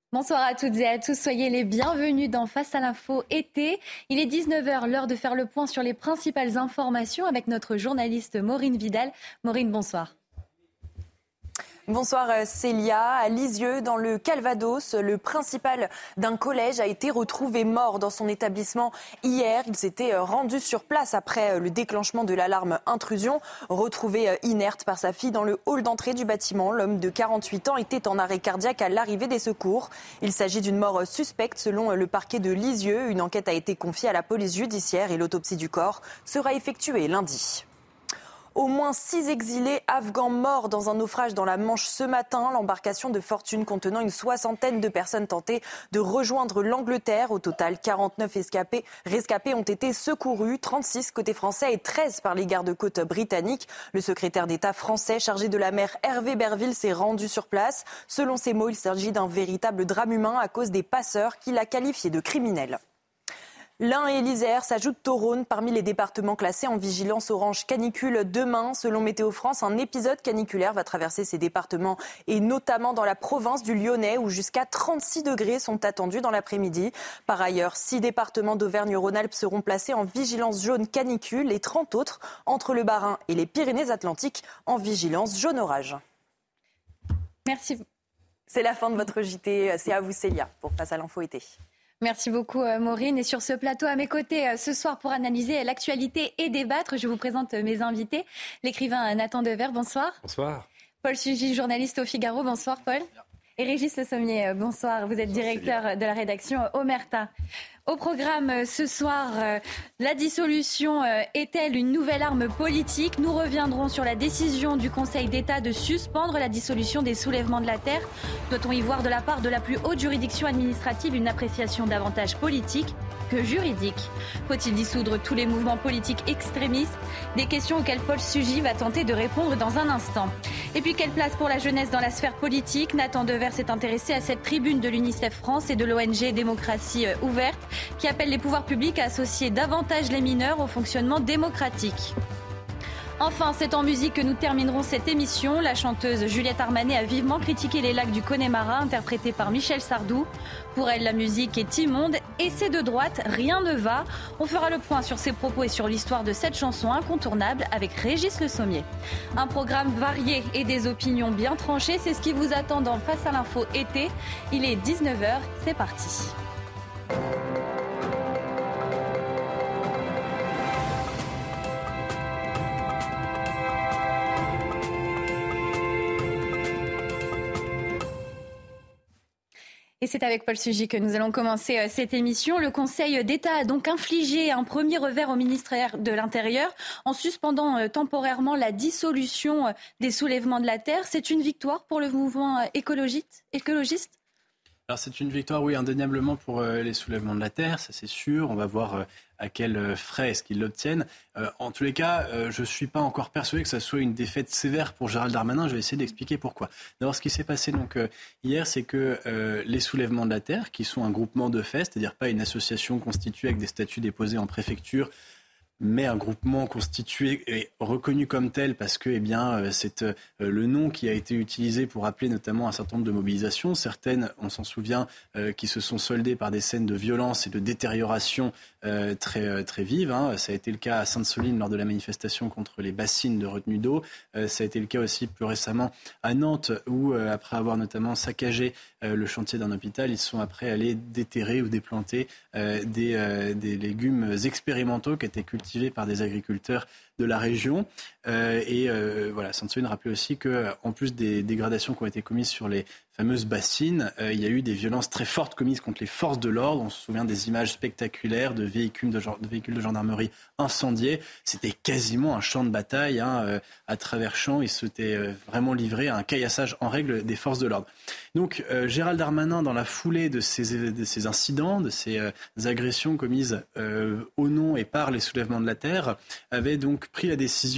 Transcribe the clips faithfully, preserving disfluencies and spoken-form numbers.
Bonsoir à toutes et à tous, soyez les bienvenus dans Face à l'info été. Il est dix-neuf heures, l'heure de faire le point sur les principales informations avec notre journaliste Maureen Vidal. Maureen, bonsoir. Bonsoir Célia. À Lisieux, dans le Calvados, le principal d'un collège a été retrouvé mort dans son établissement hier. Il s'était rendu sur place après le déclenchement de l'alarme intrusion. Retrouvé inerte par sa fille dans le hall d'entrée du bâtiment, l'homme de quarante-huit ans était en arrêt cardiaque à l'arrivée des secours. Il s'agit d'une mort suspecte selon le parquet de Lisieux. Une enquête a été confiée à la police judiciaire et l'autopsie du corps sera effectuée lundi. Au moins six exilés afghans morts dans un naufrage dans la Manche ce matin. L'embarcation de fortune contenant une soixantaine de personnes tentait de rejoindre l'Angleterre. Au total, quarante-neuf escapés, rescapés ont été secourus, trente-six côté français et treize par les gardes-côtes britanniques. Le secrétaire d'État français chargé de la mer Hervé Berville s'est rendu sur place. Selon ses mots, il s'agit d'un véritable drame humain à cause des passeurs qu'il a qualifiés de criminels. L'Ain et l'Isère s'ajoutent au Rhône parmi les départements classés en vigilance orange canicule. Demain, selon Météo France, un épisode caniculaire va traverser ces départements et notamment dans la province du Lyonnais où jusqu'à trente-six degrés sont attendus dans l'après-midi. Par ailleurs, six départements d'Auvergne-Rhône-Alpes seront placés en vigilance jaune canicule et trente autres entre le Bas-Rhin et les Pyrénées-Atlantiques en vigilance jaune orage. Merci. C'est la fin de votre J T. C'est à vous Célia pour Face à l'info été. Merci beaucoup Maureen. Et sur ce plateau à mes côtés ce soir pour analyser l'actualité et débattre, je vous présente mes invités. L'écrivain Nathan Dever, bonsoir. Bonsoir. Paul Sugy, journaliste au Figaro, bonsoir Paul. Et Régis Le Sommier, bonsoir. Vous êtes directeur de la rédaction Omerta. Au programme ce soir, euh, la dissolution euh, est-elle une nouvelle arme politique ? Nous reviendrons sur la décision du Conseil d'État de suspendre la dissolution des soulèvements de la terre. Doit-on y voir de la part de la plus haute juridiction administrative une appréciation davantage politique que juridique ? Faut-il dissoudre tous les mouvements politiques extrémistes ? Des questions auxquelles Paul Sugy va tenter de répondre dans un instant. Et puis, quelle place pour la jeunesse dans la sphère politique ? Nathan Dever s'est intéressé à cette tribune de l'UNICEF France et de l'O N G Démocratie Ouverte qui appelle les pouvoirs publics à associer davantage les mineurs au fonctionnement démocratique. Enfin, c'est en musique que nous terminerons cette émission. La chanteuse Juliette Armanet a vivement critiqué les lacs du Connemara, interprétés par Michel Sardou. Pour elle, la musique est immonde et c'est de droite, rien ne va. On fera le point sur ses propos et sur l'histoire de cette chanson incontournable avec Régis Le Sommier. Un programme varié et des opinions bien tranchées, c'est ce qui vous attend dans Face à l'info été. Il est dix-neuf heures, c'est parti. Et c'est avec Paul Sugy que nous allons commencer cette émission. Le Conseil d'État a donc infligé un premier revers au ministère de l'Intérieur en suspendant temporairement la dissolution des soulèvements de la terre. C'est une victoire pour le mouvement écologiste, écologiste ? Alors c'est une victoire, oui, indéniablement pour euh, les soulèvements de la terre, ça c'est sûr. On va voir euh, à quels frais est-ce qu'ils l'obtiennent. Euh, en tous les cas, euh, je ne suis pas encore persuadé que ça soit une défaite sévère pour Gérald Darmanin. Je vais essayer d'expliquer pourquoi. D'abord, ce qui s'est passé donc euh, hier, c'est que euh, les soulèvements de la terre, qui sont un groupement de faits, c'est-à-dire pas une association constituée avec des statuts déposés en préfecture, mais un groupement constitué et reconnu comme tel parce que eh bien, c'est euh, le nom qui a été utilisé pour appeler notamment un certain nombre de mobilisations. Certaines, on s'en souvient, euh, qui se sont soldées par des scènes de violence et de détérioration euh, très, très vives. Hein. Ça a été le cas à Sainte-Soline lors de la manifestation contre les bassines de retenue d'eau. Euh, ça a été le cas aussi plus récemment à Nantes où, euh, après avoir notamment saccagé euh, le chantier d'un hôpital, ils sont après allés déterrer ou déplanter euh, des, euh, des légumes expérimentaux qui étaient cultivés par des agriculteurs de la région. Euh, et euh, voilà, Sainte-Soline rappelait aussi qu'en plus des dégradations qui ont été commises sur les fameuses bassines, euh, il y a eu des violences très fortes commises contre les forces de l'ordre. On se souvient des images spectaculaires de véhicules de, de, véhicules de gendarmerie incendiés. C'était quasiment un champ de bataille hein, euh, à travers champs. Ils s'étaient euh, vraiment livrés à un caillassage en règle des forces de l'ordre. Donc euh, Gérald Darmanin, dans la foulée de ces, de ces incidents, de ces euh, agressions commises euh, au nom et par les soulèvements de la terre, avait donc pris la décision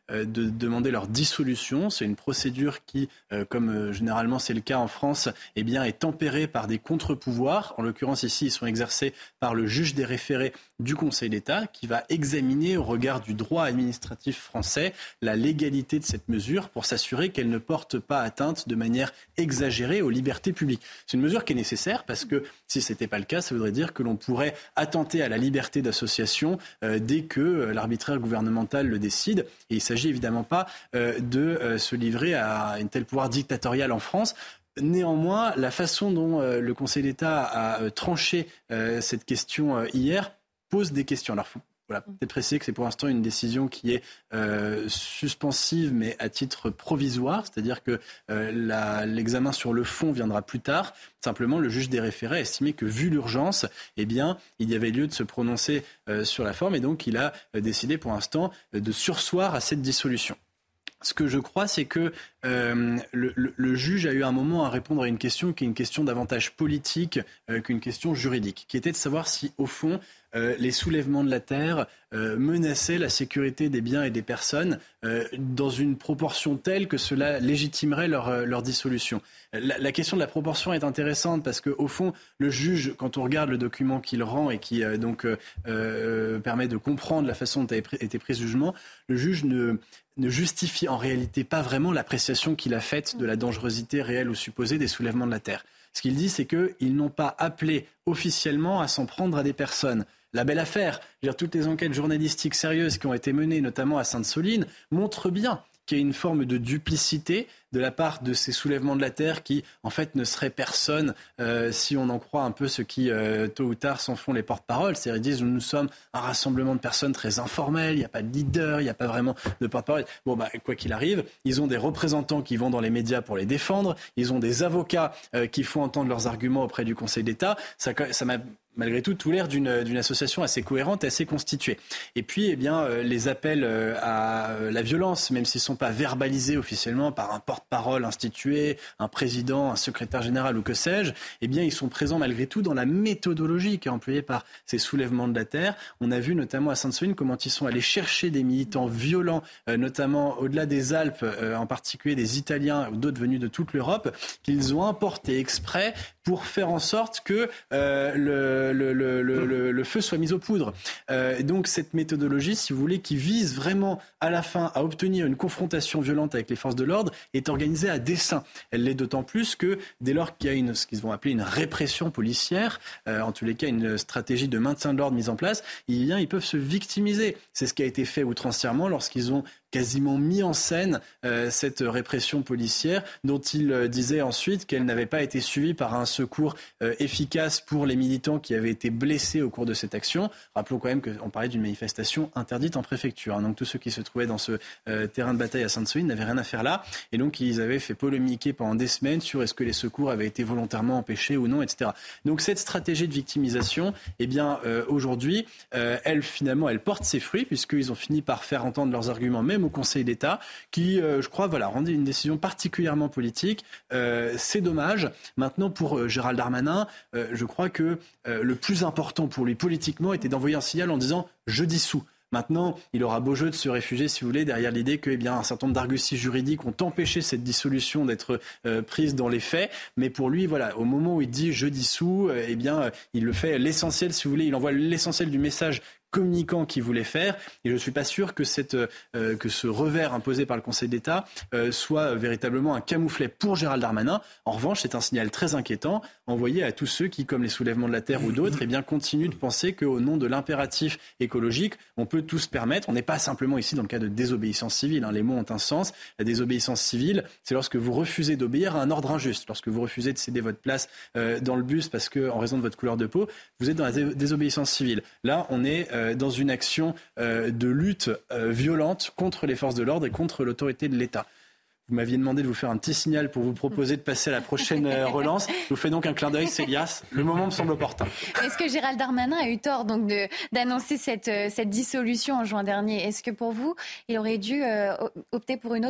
de demander leur dissolution. C'est une procédure qui, comme généralement c'est le cas en France, eh bien, est tempérée par des contre-pouvoirs. En l'occurrence, ici, ils sont exercés par le juge des référés du Conseil d'État qui va examiner au regard du droit administratif français la légalité de cette mesure pour s'assurer qu'elle ne porte pas atteinte de manière exagérée aux libertés publiques. C'est une mesure qui est nécessaire parce que si ce n'était pas le cas, ça voudrait dire que l'on pourrait attenter à la liberté d'association euh, dès que euh, l'arbitraire gouvernemental le décide. Et il ne s'agit évidemment pas euh, de euh, se livrer à un tel pouvoir dictatorial en France. Néanmoins, la façon dont euh, le Conseil d'État a euh, tranché euh, cette question euh, hier pose des questions. Alors, faut voilà, peut-être préciser que c'est pour l'instant une décision qui est euh, suspensive, mais à titre provisoire, c'est-à-dire que euh, la, l'examen sur le fond viendra plus tard. Simplement, le juge des référés a estimé que, vu l'urgence, eh bien, il y avait lieu de se prononcer euh, sur la forme, et donc il a euh, décidé pour l'instant euh, de surseoir à cette dissolution. Ce que je crois, c'est que euh, le, le, le juge a eu un moment à répondre à une question qui est une question davantage politique euh, qu'une question juridique, qui était de savoir si, au fond, euh, les soulèvements de la terre euh, menaçaient la sécurité des biens et des personnes euh, dans une proportion telle que cela légitimerait leur, leur dissolution. La, la question de la proportion est intéressante parce qu'au fond, le juge, quand on regarde le document qu'il rend et qui euh, donc euh, euh, permet de comprendre la façon dont a été pris ce jugement, le juge ne... ne justifie en réalité pas vraiment l'appréciation qu'il a faite de la dangerosité réelle ou supposée des soulèvements de la terre. Ce qu'il dit, c'est qu'ils n'ont pas appelé officiellement à s'en prendre à des personnes. La belle affaire, je veux dire, toutes les enquêtes journalistiques sérieuses qui ont été menées, notamment à Sainte-Soline, montrent bien qu'il y a une forme de duplicité de la part de ces soulèvements de la terre qui, en fait, ne seraient personne euh, si on en croit un peu ceux qui, euh, tôt ou tard, s'en font les porte-paroles. C'est-à-dire, ils disent, nous sommes un rassemblement de personnes très informelles, il n'y a pas de leader, il n'y a pas vraiment de porte-parole. Bon, bah, quoi qu'il arrive, ils ont des représentants qui vont dans les médias pour les défendre, ils ont des avocats euh, qui font entendre leurs arguments auprès du Conseil d'État. Ça, ça m'a malgré tout, tout l'air d'une, d'une association assez cohérente et assez constituée. Et puis, eh bien, euh, les appels euh, à euh, la violence, même s'ils ne sont pas verbalisés officiellement par un porte-parole institué, un président, un secrétaire général ou que sais-je, eh bien, ils sont présents malgré tout dans la méthodologie qui est employée par ces soulèvements de la terre. On a vu notamment à Sainte-Soline comment ils sont allés chercher des militants violents, euh, notamment au-delà des Alpes, euh, en particulier des Italiens ou d'autres venus de toute l'Europe, qu'ils ont importés exprès pour faire en sorte que euh, le Le, le, le, le, le feu soit mis aux poudres. Euh, donc cette méthodologie, si vous voulez, qui vise vraiment à la fin à obtenir une confrontation violente avec les forces de l'ordre, est organisée à dessein. Elle l'est d'autant plus que dès lors qu'il y a une, ce qu'ils vont appeler une répression policière, euh, en tous les cas une stratégie de maintien de l'ordre mise en place, eh bien, ils peuvent se victimiser. C'est ce qui a été fait outrancièrement lorsqu'ils ont quasiment mis en scène euh, cette répression policière dont il euh, disait ensuite qu'elle n'avait pas été suivie par un secours euh, efficace pour les militants qui avaient été blessés au cours de cette action. Rappelons quand même qu'on parlait d'une manifestation interdite en préfecture. Hein, donc tous ceux qui se trouvaient dans ce euh, terrain de bataille à Sainte-Soline n'avaient rien à faire là. Et donc ils avaient fait polémiquer pendant des semaines sur est-ce que les secours avaient été volontairement empêchés ou non, et cetera. Donc cette stratégie de victimisation, eh bien euh, aujourd'hui, euh, elle finalement, elle porte ses fruits puisqu'ils ont fini par faire entendre leurs arguments même au Conseil d'État, qui, euh, je crois, voilà, rendait une décision particulièrement politique. Euh, c'est dommage. Maintenant, pour euh, Gérald Darmanin, euh, je crois que euh, le plus important pour lui politiquement était d'envoyer un signal en disant « je dissous ». Maintenant, il aura beau jeu de se réfugier, si vous voulez, derrière l'idée que, eh bien, un certain nombre d'argusties juridiques ont empêché cette dissolution d'être euh, prise dans les faits. Mais pour lui, voilà, au moment où il dit « je dissous euh, », eh bien, euh, il le fait l'essentiel, si vous voulez, il envoie l'essentiel du message communicant qu'il voulait faire. Et je ne suis pas sûr que, cette, euh, que ce revers imposé par le Conseil d'État euh, soit véritablement un camouflet pour Gérald Darmanin. En revanche, c'est un signal très inquiétant envoyé à tous ceux qui, comme les soulèvements de la terre ou d'autres, eh bien, continuent de penser qu'au nom de l'impératif écologique, on peut tout se permettre. On n'est pas simplement ici dans le cas de désobéissance civile. Hein. Les mots ont un sens. La désobéissance civile, c'est lorsque vous refusez d'obéir à un ordre injuste. Lorsque vous refusez de céder votre place euh, dans le bus parce que, en raison de votre couleur de peau, vous êtes dans la dé- désobéissance civile. Là, on est euh, dans une action euh, de lutte euh, violente contre les forces de l'ordre et contre l'autorité de l'État. Vous m'aviez demandé de vous faire un petit signal pour vous proposer de passer à la prochaine euh, relance. Je vous fais donc un clin d'œil, Célias. Le moment me semble opportun. Est-ce que Gérald Darmanin a eu tort donc de, d'annoncer cette, cette dissolution en juin dernier ? Est-ce que pour vous, il aurait dû euh, opter pour une autre option ?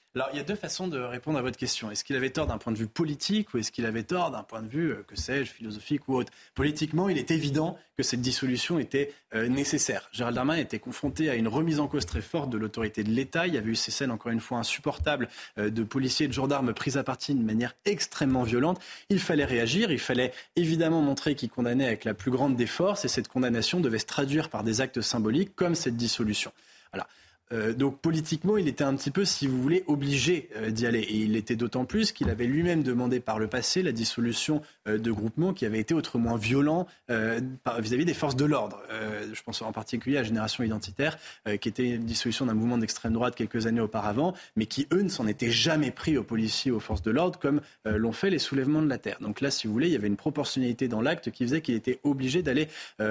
Alors, il y a deux façons de répondre à votre question. Est-ce qu'il avait tort d'un point de vue politique ou est-ce qu'il avait tort d'un point de vue, euh, que sais-je, philosophique ou autre ? Politiquement, il est évident que cette dissolution était euh, nécessaire. Gérald Darmanin était confronté à une remise en cause très forte de l'autorité de l'État. Il y avait eu ces scènes, encore une fois, insupportables euh, de policiers et de gendarmes pris à partie d'une manière extrêmement violente. Il fallait réagir, il fallait évidemment montrer qu'il condamnait avec la plus grande des forces et cette condamnation devait se traduire par des actes symboliques comme cette dissolution. Voilà. Euh, donc politiquement, il était un petit peu, si vous voulez, obligé euh, d'y aller. Et il l'était d'autant plus qu'il avait lui-même demandé par le passé la dissolution euh, de groupements qui avaient été autrement violents euh, par, vis-à-vis des forces de l'ordre. Euh, je pense en particulier à Génération Identitaire, euh, qui était une dissolution d'un mouvement d'extrême droite quelques années auparavant, mais qui, eux, ne s'en étaient jamais pris aux policiers, aux forces de l'ordre, comme euh, l'ont fait les soulèvements de la Terre. Donc là, si vous voulez, il y avait une proportionnalité dans l'acte qui faisait qu'il était obligé d'aller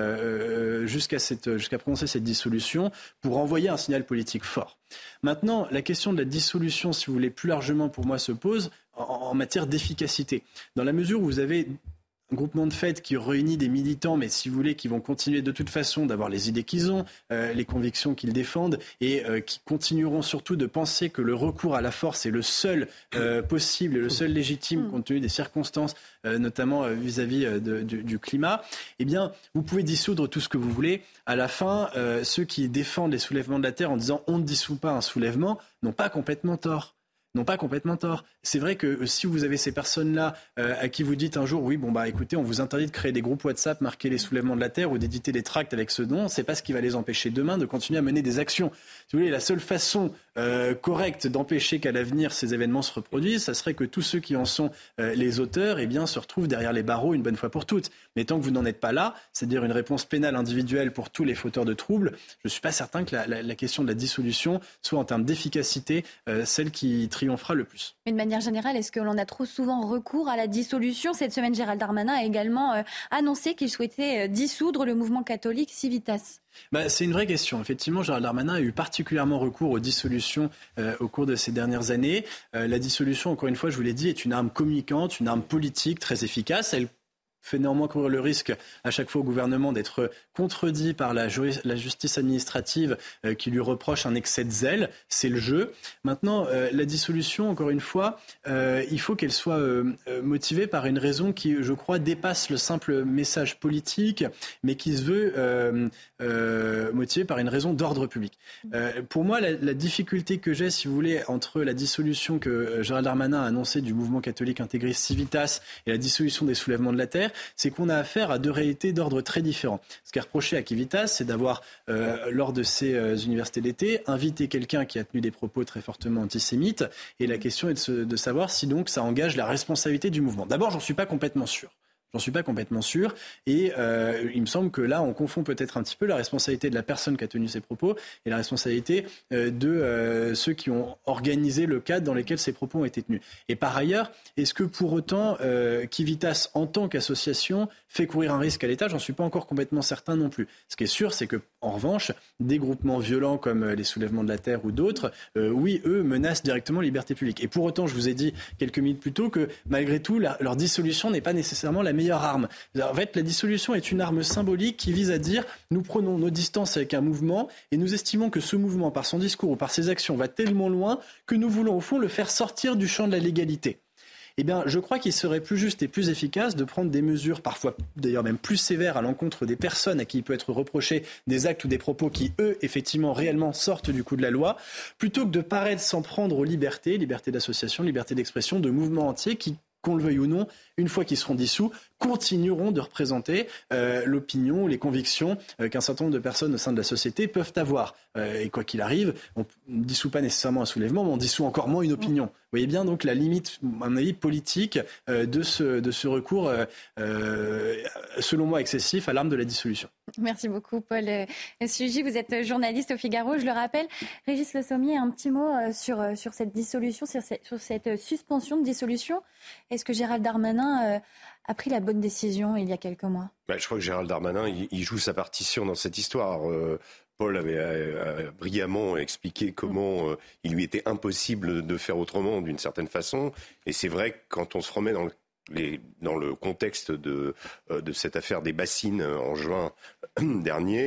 euh, jusqu'à, cette, jusqu'à prononcer cette dissolution pour envoyer un signal politique fort. Maintenant, la question de la dissolution, si vous voulez, plus largement pour moi se pose en, en matière d'efficacité. Dans la mesure où vous avez un groupement de fait qui réunit des militants, mais si vous voulez, qui vont continuer de toute façon d'avoir les idées qu'ils ont, euh, les convictions qu'ils défendent, et euh, qui continueront surtout de penser que le recours à la force est le seul euh, possible et le seul légitime compte tenu des circonstances, euh, notamment euh, vis-à-vis euh, de, du, du climat, eh bien, vous pouvez dissoudre tout ce que vous voulez. À la fin, euh, ceux qui défendent les soulèvements de la Terre en disant on ne dissout pas un soulèvement n'ont pas complètement tort. n'ont pas complètement tort. C'est vrai que euh, si vous avez ces personnes-là euh, à qui vous dites un jour, oui, bon, bah écoutez, on vous interdit de créer des groupes WhatsApp marqués les soulèvements de la Terre ou d'éditer des tracts avec ce nom, c'est pas ce qui va les empêcher demain de continuer à mener des actions. Si vous voulez, la seule façon euh, correcte d'empêcher qu'à l'avenir ces événements se reproduisent, ça serait que tous ceux qui en sont euh, les auteurs, eh bien, se retrouvent derrière les barreaux une bonne fois pour toutes. Mais tant que vous n'en êtes pas là, c'est-à-dire une réponse pénale individuelle pour tous les fauteurs de troubles, je ne suis pas certain que la, la, la question de la dissolution soit en termes d'efficacité euh, celle qui triomphera le plus. Mais de manière générale, est-ce que l'on a trop souvent recours à la dissolution ? Cette semaine, Gérald Darmanin a également euh, annoncé qu'il souhaitait euh, dissoudre le mouvement catholique Civitas. Bah, c'est une vraie question. Effectivement, Gérald Darmanin a eu particulièrement recours aux dissolutions euh, au cours de ces dernières années. Euh, la dissolution, encore une fois, je vous l'ai dit, est une arme communicante, une arme politique très efficace. Elle fait néanmoins courir le risque à chaque fois au gouvernement d'être contredit par la, ju- la justice administrative euh, qui lui reproche un excès de zèle. C'est le jeu. Maintenant, euh, la dissolution, encore une fois, euh, il faut qu'elle soit euh, motivée par une raison qui, je crois, dépasse le simple message politique, mais qui se veut euh, euh, motivée par une raison d'ordre public. Euh, pour moi, la, la difficulté que j'ai, si vous voulez, entre la dissolution que Gérald Darmanin a annoncée du mouvement catholique intégriste Civitas et la dissolution des soulèvements de la Terre, c'est qu'on a affaire à deux réalités d'ordre très différents. Ce qui est reproché à Civitas, c'est d'avoir, euh, lors de ces euh, universités d'été, invité quelqu'un qui a tenu des propos très fortement antisémites. Et la question est de, se, de savoir si donc ça engage la responsabilité du mouvement. D'abord, j'en suis pas complètement sûr. J'en suis pas complètement sûr. Et euh, il me semble que là, on confond peut-être un petit peu la responsabilité de la personne qui a tenu ces propos et la responsabilité euh, de euh, ceux qui ont organisé le cadre dans lequel ces propos ont été tenus. Et par ailleurs, est-ce que pour autant, euh, Civitas, en tant qu'association, fait courir un risque à l'État ? J'en suis pas encore complètement certain non plus. Ce qui est sûr, c'est que, en revanche, des groupements violents comme les soulèvements de la Terre ou d'autres, euh, oui, eux, menacent directement la liberté publique. Et pour autant, je vous ai dit quelques minutes plus tôt que, malgré tout, la, leur dissolution n'est pas nécessairement la meilleure arme. En fait, la dissolution est une arme symbolique qui vise à dire nous prenons nos distances avec un mouvement et nous estimons que ce mouvement, par son discours ou par ses actions, va tellement loin que nous voulons au fond le faire sortir du champ de la légalité. Eh bien, je crois qu'il serait plus juste et plus efficace de prendre des mesures, parfois d'ailleurs même plus sévères à l'encontre des personnes à qui il peut être reproché des actes ou des propos qui, eux, effectivement, réellement sortent du coup de la loi, plutôt que de paraître s'en prendre aux libertés, liberté d'association, liberté d'expression, de mouvements entiers qui, qu'on le veuille ou non, une fois qu'ils seront dissous, continueront de représenter euh, l'opinion, les convictions euh, qu'un certain nombre de personnes au sein de la société peuvent avoir. Euh, et quoi qu'il arrive, on ne dissout pas nécessairement un soulèvement, mais on dissout encore moins une opinion. Vous voyez bien donc la limite, à mon avis, politique euh, de, ce, de ce recours, euh, euh, selon moi, excessif à l'arme de la dissolution. Merci beaucoup, Paul Sugy. Vous êtes journaliste au Figaro, je le rappelle. Régis Le Sommier, un petit mot sur, sur cette dissolution, sur cette, sur cette suspension de dissolution. Est-ce que Gérald Darmanin euh, a pris la bonne décision il y a quelques mois ? Bah, je crois que Gérald Darmanin, il, il joue sa partition dans cette histoire. Euh, Paul avait euh, brillamment expliqué comment euh, il lui était impossible de faire autrement d'une certaine façon. Et c'est vrai que quand on se remet dans le Les, dans le contexte de, euh, de cette affaire des bassines en juin dernier,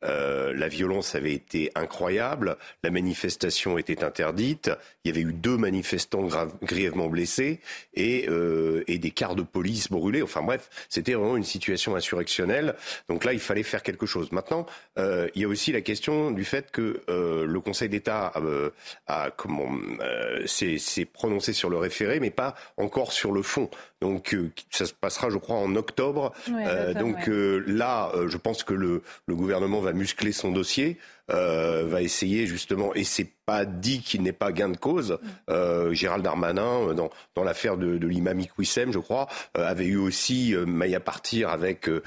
euh, la violence avait été incroyable, la manifestation était interdite, il y avait eu deux manifestants grave, grièvement blessés et, euh, et des cars de police brûlés. Enfin bref, c'était vraiment une situation insurrectionnelle. Donc là, il fallait faire quelque chose. Maintenant, euh, il y a aussi la question du fait que euh, le Conseil d'État euh, a, comment, euh, s'est, s'est prononcé sur le référé, mais pas encore sur le fond. Donc euh, ça se passera, je crois, en octobre. Ouais, euh, donc ouais. euh, là, euh, je pense que le, le gouvernement va muscler son dossier, euh, va essayer justement, et c'est pas dit qu'il n'ait pas gain de cause. Euh, Gérald Darmanin, dans, dans l'affaire de, de l'imam Iqwissem, je crois, euh, avait eu aussi euh, maille à partir avec euh,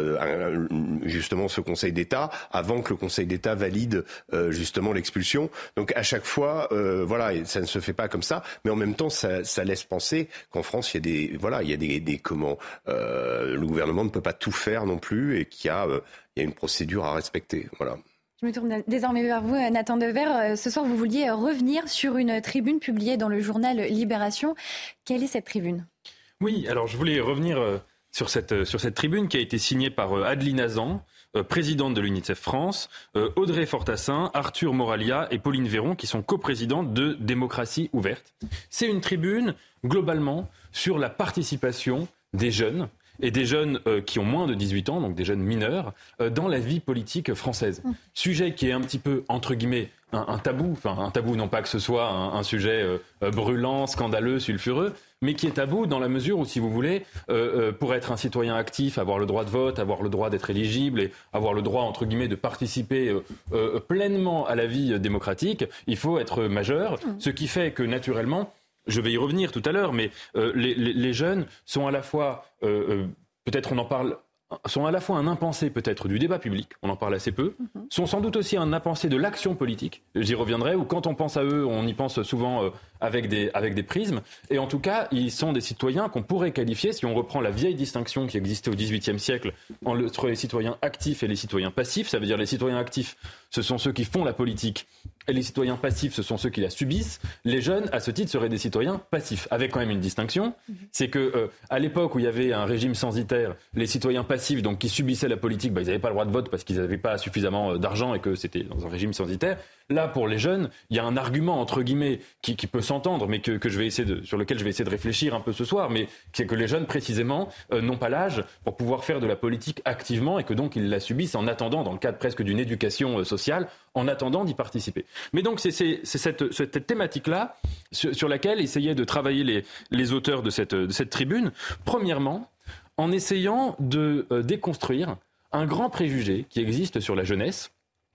un, justement ce Conseil d'État, avant que le Conseil d'État valide euh, justement l'expulsion. Donc à chaque fois, euh, voilà, ça ne se fait pas comme ça, mais en même temps, ça, ça laisse penser qu'en France, il y a des, voilà, il y a des, des comment, euh, le gouvernement ne peut pas tout faire non plus, et qu'il y a, euh, il y a une procédure à respecter. Voilà. Je me tourne désormais vers vous, Nathan Dever. Ce soir, vous vouliez revenir sur une tribune publiée dans le journal Libération. Quelle est cette tribune ? Oui, alors je voulais revenir sur cette, sur cette tribune qui a été signée par Adeline Hazan, présidente de l'UNICEF France, Audrey Fortassin, Arthur Moralia et Pauline Véron, qui sont coprésidentes de Démocratie Ouverte. C'est une tribune, globalement, sur la participation des jeunes, et des jeunes euh, qui ont moins de dix-huit ans, donc des jeunes mineurs, euh, dans la vie politique française. Mmh. Sujet qui est un petit peu, entre guillemets, un, un tabou, enfin un tabou non pas que ce soit un, un sujet euh, euh, brûlant, scandaleux, sulfureux, mais qui est tabou dans la mesure où, si vous voulez, euh, euh, pour être un citoyen actif, avoir le droit de vote, avoir le droit d'être éligible et avoir le droit, entre guillemets, de participer euh, euh, pleinement à la vie démocratique, il faut être majeur, mmh. ce qui fait que, naturellement, je vais y revenir tout à l'heure, mais euh, les, les, les jeunes sont à la fois, euh, euh, peut-être on en parle, sont à la fois un impensé peut-être du débat public, on en parle assez peu, mm-hmm. sont sans doute aussi un impensé de l'action politique, j'y reviendrai, où quand on pense à eux, on y pense souvent euh, avec, des, avec des prismes, et en tout cas, ils sont des citoyens qu'on pourrait qualifier, si on reprend la vieille distinction qui existait au dix-huitième siècle entre les citoyens actifs et les citoyens passifs, ça veut dire les citoyens actifs, ce sont ceux qui font la politique, et les citoyens passifs, ce sont ceux qui la subissent. Les jeunes, à ce titre, seraient des citoyens passifs, avec quand même une distinction. Mmh. C'est que euh, à l'époque où il y avait un régime censitaire, les citoyens passifs, donc qui subissaient la politique, bah, ils n'avaient pas le droit de vote parce qu'ils n'avaient pas suffisamment d'argent et que c'était dans un régime censitaire. Là, pour les jeunes, il y a un argument entre guillemets qui, qui peut s'entendre, mais que, que je vais essayer de, sur lequel je vais essayer de réfléchir un peu ce soir, mais c'est que les jeunes, précisément, euh, n'ont pas l'âge pour pouvoir faire de la politique activement et que donc ils la subissent en attendant, dans le cadre presque d'une éducation euh, sociale, en attendant d'y participer. Mais donc c'est, c'est, c'est cette, cette thématique-là sur, sur laquelle essayaient de travailler les, les auteurs de cette, de cette tribune. Premièrement, en essayant de euh, déconstruire un grand préjugé qui existe sur la jeunesse,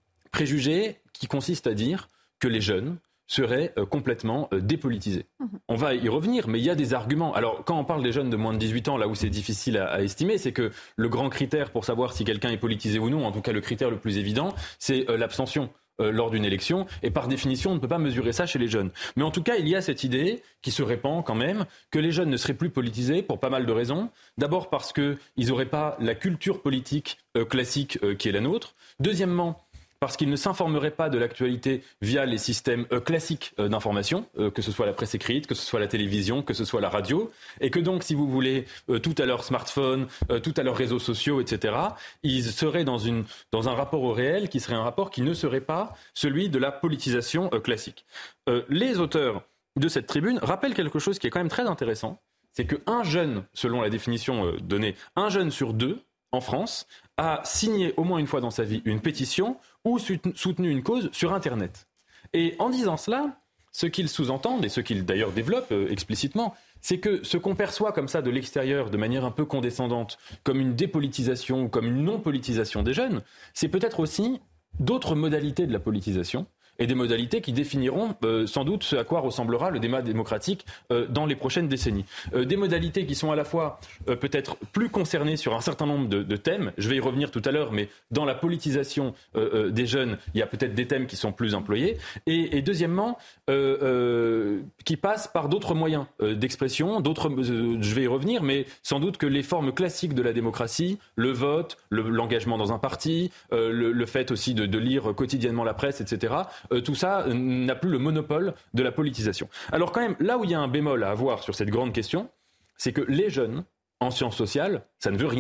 préjugé qui consiste à dire que les jeunes seraient euh, complètement euh, dépolitisés. Mmh. On va y revenir, mais il y a des arguments. Alors, quand on parle des jeunes de moins de dix-huit ans, là où c'est difficile à, à estimer, c'est que le grand critère pour savoir si quelqu'un est politisé ou non, en tout cas le critère le plus évident, c'est euh, l'abstention. Euh, lors d'une élection, et par définition, on ne peut pas mesurer ça chez les jeunes. Mais en tout cas, il y a cette idée qui se répand quand même, que les jeunes ne seraient plus politisés pour pas mal de raisons. D'abord parce qu'ils n'auraient pas la culture politique euh, classique euh, qui est la nôtre. Deuxièmement, parce qu'ils ne s'informeraient pas de l'actualité via les systèmes euh, classiques euh, d'information, euh, que ce soit la presse écrite, que ce soit la télévision, que ce soit la radio, et que donc, si vous voulez, euh, tout à leur smartphone, euh, tout à leurs réseaux sociaux, et cetera, ils seraient dans, une, dans un rapport au réel qui serait un rapport qui ne serait pas celui de la politisation euh, classique. Euh, les auteurs de cette tribune rappellent quelque chose qui est quand même très intéressant, c'est qu'un jeune, selon la définition euh, donnée, un jeune sur deux, en France, a signé au moins une fois dans sa vie une pétition ou soutenu une cause sur Internet. Et en disant cela, ce qu'ils sous-entendent, et ce qu'ils d'ailleurs développent euh, explicitement, c'est que ce qu'on perçoit comme ça de l'extérieur, de manière un peu condescendante, comme une dépolitisation ou comme une non-politisation des jeunes, c'est peut-être aussi d'autres modalités de la politisation, et des modalités qui définiront euh, sans doute ce à quoi ressemblera le débat démocratique euh, dans les prochaines décennies. Euh, des modalités qui sont à la fois euh, peut-être plus concernées sur un certain nombre de, de thèmes, je vais y revenir tout à l'heure, mais dans la politisation euh, euh, des jeunes, il y a peut-être des thèmes qui sont plus employés, et, et deuxièmement, euh, euh, qui passent par d'autres moyens euh, d'expression, d'autres, euh, je vais y revenir, mais sans doute que les formes classiques de la démocratie, le vote, le, l'engagement dans un parti, euh, le, le fait aussi de, de lire quotidiennement la presse, et cetera, Euh, tout ça euh, n'a plus le monopole de la politisation. Alors quand même, là où il y a un bémol à avoir sur cette grande question, c'est que les jeunes, en sciences sociales, ça ne veut rien dire.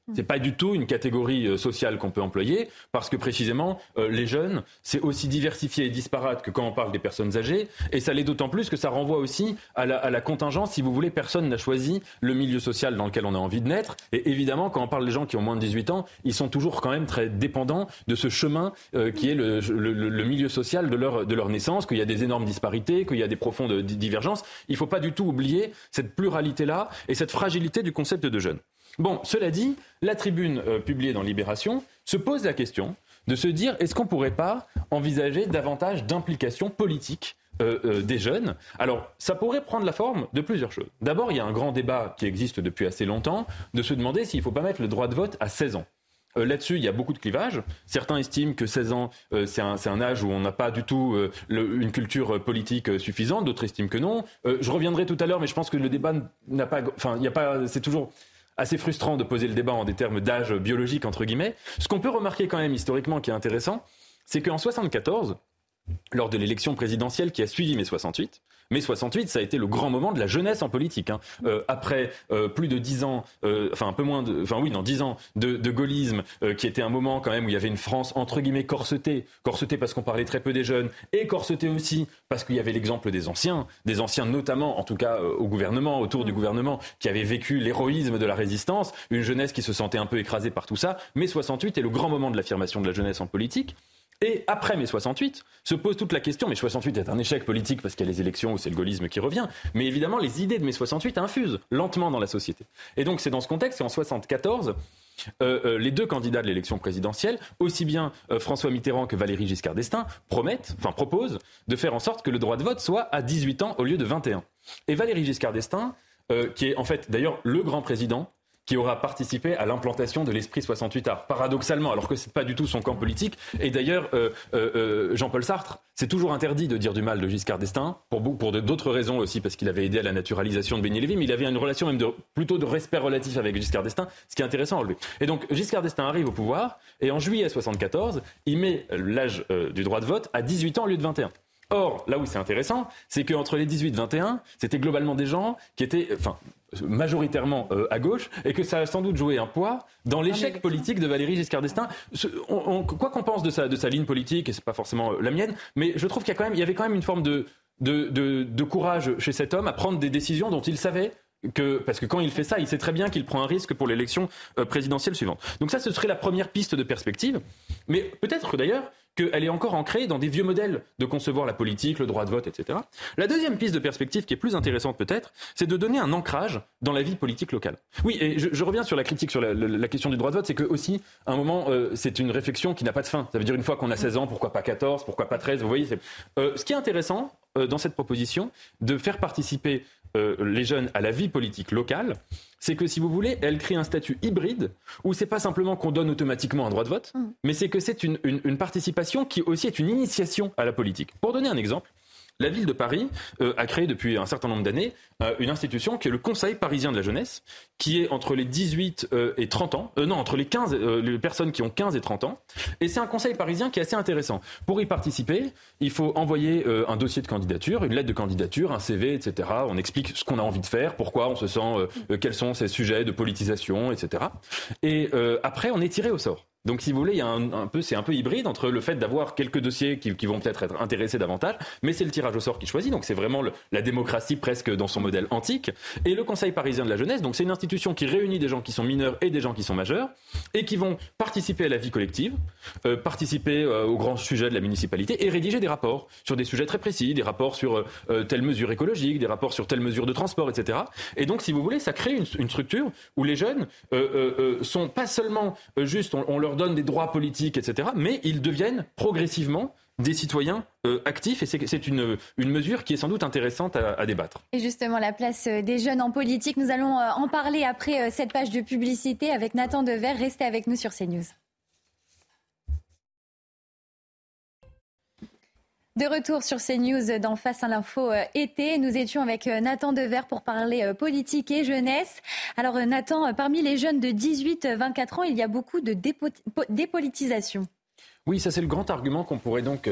C'est pas du tout une catégorie sociale qu'on peut employer, parce que précisément, euh, les jeunes, c'est aussi diversifié et disparate que quand on parle des personnes âgées, et ça l'est d'autant plus que ça renvoie aussi à la, à la contingence. Si vous voulez, personne n'a choisi le milieu social dans lequel on a envie de naître, et évidemment, quand on parle des gens qui ont moins de dix-huit ans, ils sont toujours quand même très dépendants de ce chemin euh, qui est le, le, le milieu social de leur, de leur naissance, qu'il y a des énormes disparités, qu'il y a des profondes divergences. Il ne faut pas du tout oublier cette pluralité-là et cette fragilité du concept de jeune. Bon, cela dit, la tribune euh, publiée dans Libération se pose la question de se dire, est-ce qu'on ne pourrait pas envisager davantage d'implication politique euh, euh, des jeunes ? Alors, ça pourrait prendre la forme de plusieurs choses. D'abord, il y a un grand débat qui existe depuis assez longtemps, de se demander s'il ne faut pas mettre le droit de vote à seize ans. Euh, là-dessus, il y a beaucoup de clivages. Certains estiment que seize ans, euh, c'est, un, c'est un âge où on n'a pas du tout euh, le, une culture politique euh, suffisante. D'autres estiment que non. Euh, je reviendrai tout à l'heure, mais je pense que le débat n'a pas... Enfin, il n'y a pas... C'est toujours... assez frustrant de poser le débat en des termes d'âge biologique, entre guillemets. Ce qu'on peut remarquer quand même historiquement qui est intéressant, c'est qu'en soixante-quatorze, lors de l'élection présidentielle qui a suivi mai soixante-huit, mai soixante-huit, ça a été le grand moment de la jeunesse en politique. Hein. Euh, après euh, plus de dix ans, euh, enfin un peu moins de, enfin oui, non, dix ans de, de gaullisme, euh, qui était un moment quand même où il y avait une France entre guillemets corsetée, corsetée parce qu'on parlait très peu des jeunes, et corsetée aussi parce qu'il y avait l'exemple des anciens, des anciens notamment, en tout cas euh, au gouvernement, autour du gouvernement, qui avaient vécu l'héroïsme de la résistance, une jeunesse qui se sentait un peu écrasée par tout ça. mai soixante-huit est le grand moment de l'affirmation de la jeunesse en politique. Et après mai soixante-huit, se pose toute la question, mai soixante-huit est un échec politique parce qu'il y a les élections où c'est le gaullisme qui revient, mais évidemment les idées de mai soixante-huit infusent lentement dans la société. Et donc c'est dans ce contexte qu'en soixante-quatorze, euh, euh, les deux candidats de l'élection présidentielle, aussi bien euh, François Mitterrand que Valéry Giscard d'Estaing, promettent, enfin proposent de faire en sorte que le droit de vote soit à dix-huit ans au lieu de vingt et un. Et Valéry Giscard d'Estaing, euh, qui est en fait d'ailleurs le grand président, qui aura participé à l'implantation de l'esprit soixante-huit art, paradoxalement, alors que c'est pas du tout son camp politique. Et d'ailleurs, euh, euh, Jean-Paul Sartre, c'est toujours interdit de dire du mal de Giscard d'Estaing, pour, pour d'autres raisons aussi, parce qu'il avait aidé à la naturalisation de Béni Lévy, mais il avait une relation même de, plutôt de respect relatif avec Giscard d'Estaing, ce qui est intéressant à relever. Et donc, Giscard d'Estaing arrive au pouvoir, et en juillet soixante-quatorze, il met l'âge euh, du droit de vote à dix-huit ans au lieu de vingt et un. Or, là où c'est intéressant, c'est qu'entre les dix-huit et vingt et un, c'était globalement des gens qui étaient, enfin, majoritairement euh, à gauche, et que ça a sans doute joué un poids dans l'échec politique de Valéry Giscard d'Estaing. Ce, on, on, quoi qu'on pense de sa, de sa ligne politique, et c'est pas forcément euh, la mienne, mais je trouve qu'il y a quand même, il y avait quand même une forme de, de, de, de courage chez cet homme à prendre des décisions dont il savait que, parce que quand il fait ça, il sait très bien qu'il prend un risque pour l'élection euh, présidentielle suivante. Donc ça, ce serait la première piste de perspective, mais peut-être d'ailleurs qu'elle est encore ancrée dans des vieux modèles de concevoir la politique, le droit de vote, et cetera. La deuxième piste de perspective, qui est plus intéressante peut-être, c'est de donner un ancrage dans la vie politique locale. Oui, et je, je reviens sur la critique sur la, la, la question du droit de vote, c'est que aussi, à un moment, euh, c'est une réflexion qui n'a pas de fin. Ça veut dire une fois qu'on a seize ans, pourquoi pas quatorze, pourquoi pas treize, vous voyez. C'est... Euh, ce qui est intéressant euh, dans cette proposition, de faire participer euh, les jeunes à la vie politique locale, c'est que, si vous voulez, elle crée un statut hybride où c'est pas simplement qu'on donne automatiquement un droit de vote, mmh. mais c'est que c'est une, une, une participation qui aussi est une initiation à la politique. Pour donner un exemple, la ville de Paris euh, a créé depuis un certain nombre d'années euh, une institution qui est le Conseil parisien de la jeunesse, qui est entre les dix-huit euh, et trente ans, euh, non, entre les quinze, euh, les personnes qui ont quinze et trente ans. Et c'est un conseil parisien qui est assez intéressant. Pour y participer, il faut envoyer euh, un dossier de candidature, une lettre de candidature, un C V, et cetera. On explique ce qu'on a envie de faire, pourquoi on se sent, euh, quels sont ces sujets de politisation, et cetera. Et euh, après, on est tiré au sort. Donc, si vous voulez, il y a un, un peu, c'est un peu hybride entre le fait d'avoir quelques dossiers qui, qui vont peut-être être intéressés davantage, mais c'est le tirage au sort qui choisit. Donc, c'est vraiment le, la démocratie presque dans son modèle antique. Et le Conseil parisien de la jeunesse, donc c'est une institution qui réunit des gens qui sont mineurs et des gens qui sont majeurs et qui vont participer à la vie collective, euh, participer euh, aux grands sujets de la municipalité et rédiger des rapports sur des sujets très précis, des rapports sur euh, telle mesure écologique, des rapports sur telle mesure de transport, et cetera. Et donc, si vous voulez, ça crée une, une structure où les jeunes euh, euh, euh, sont pas seulement euh, juste, on, on leur donne des droits politiques, et cetera, mais ils deviennent progressivement des citoyens euh, actifs, et c'est, c'est une, une mesure qui est sans doute intéressante à, à débattre. Et justement, la place des jeunes en politique, nous allons euh, en parler après euh, cette page de publicité avec Nathan Dever. Restez avec nous sur CNews. De retour sur CNews dans Face à l'info euh, été, nous étions avec euh, Nathan Dever pour parler euh, politique et jeunesse. Alors euh, Nathan, euh, parmi les jeunes de dix-huit à vingt-quatre ans, il y a beaucoup de dépo- dépolitisation. Oui, ça c'est le grand argument qu'on pourrait donc euh,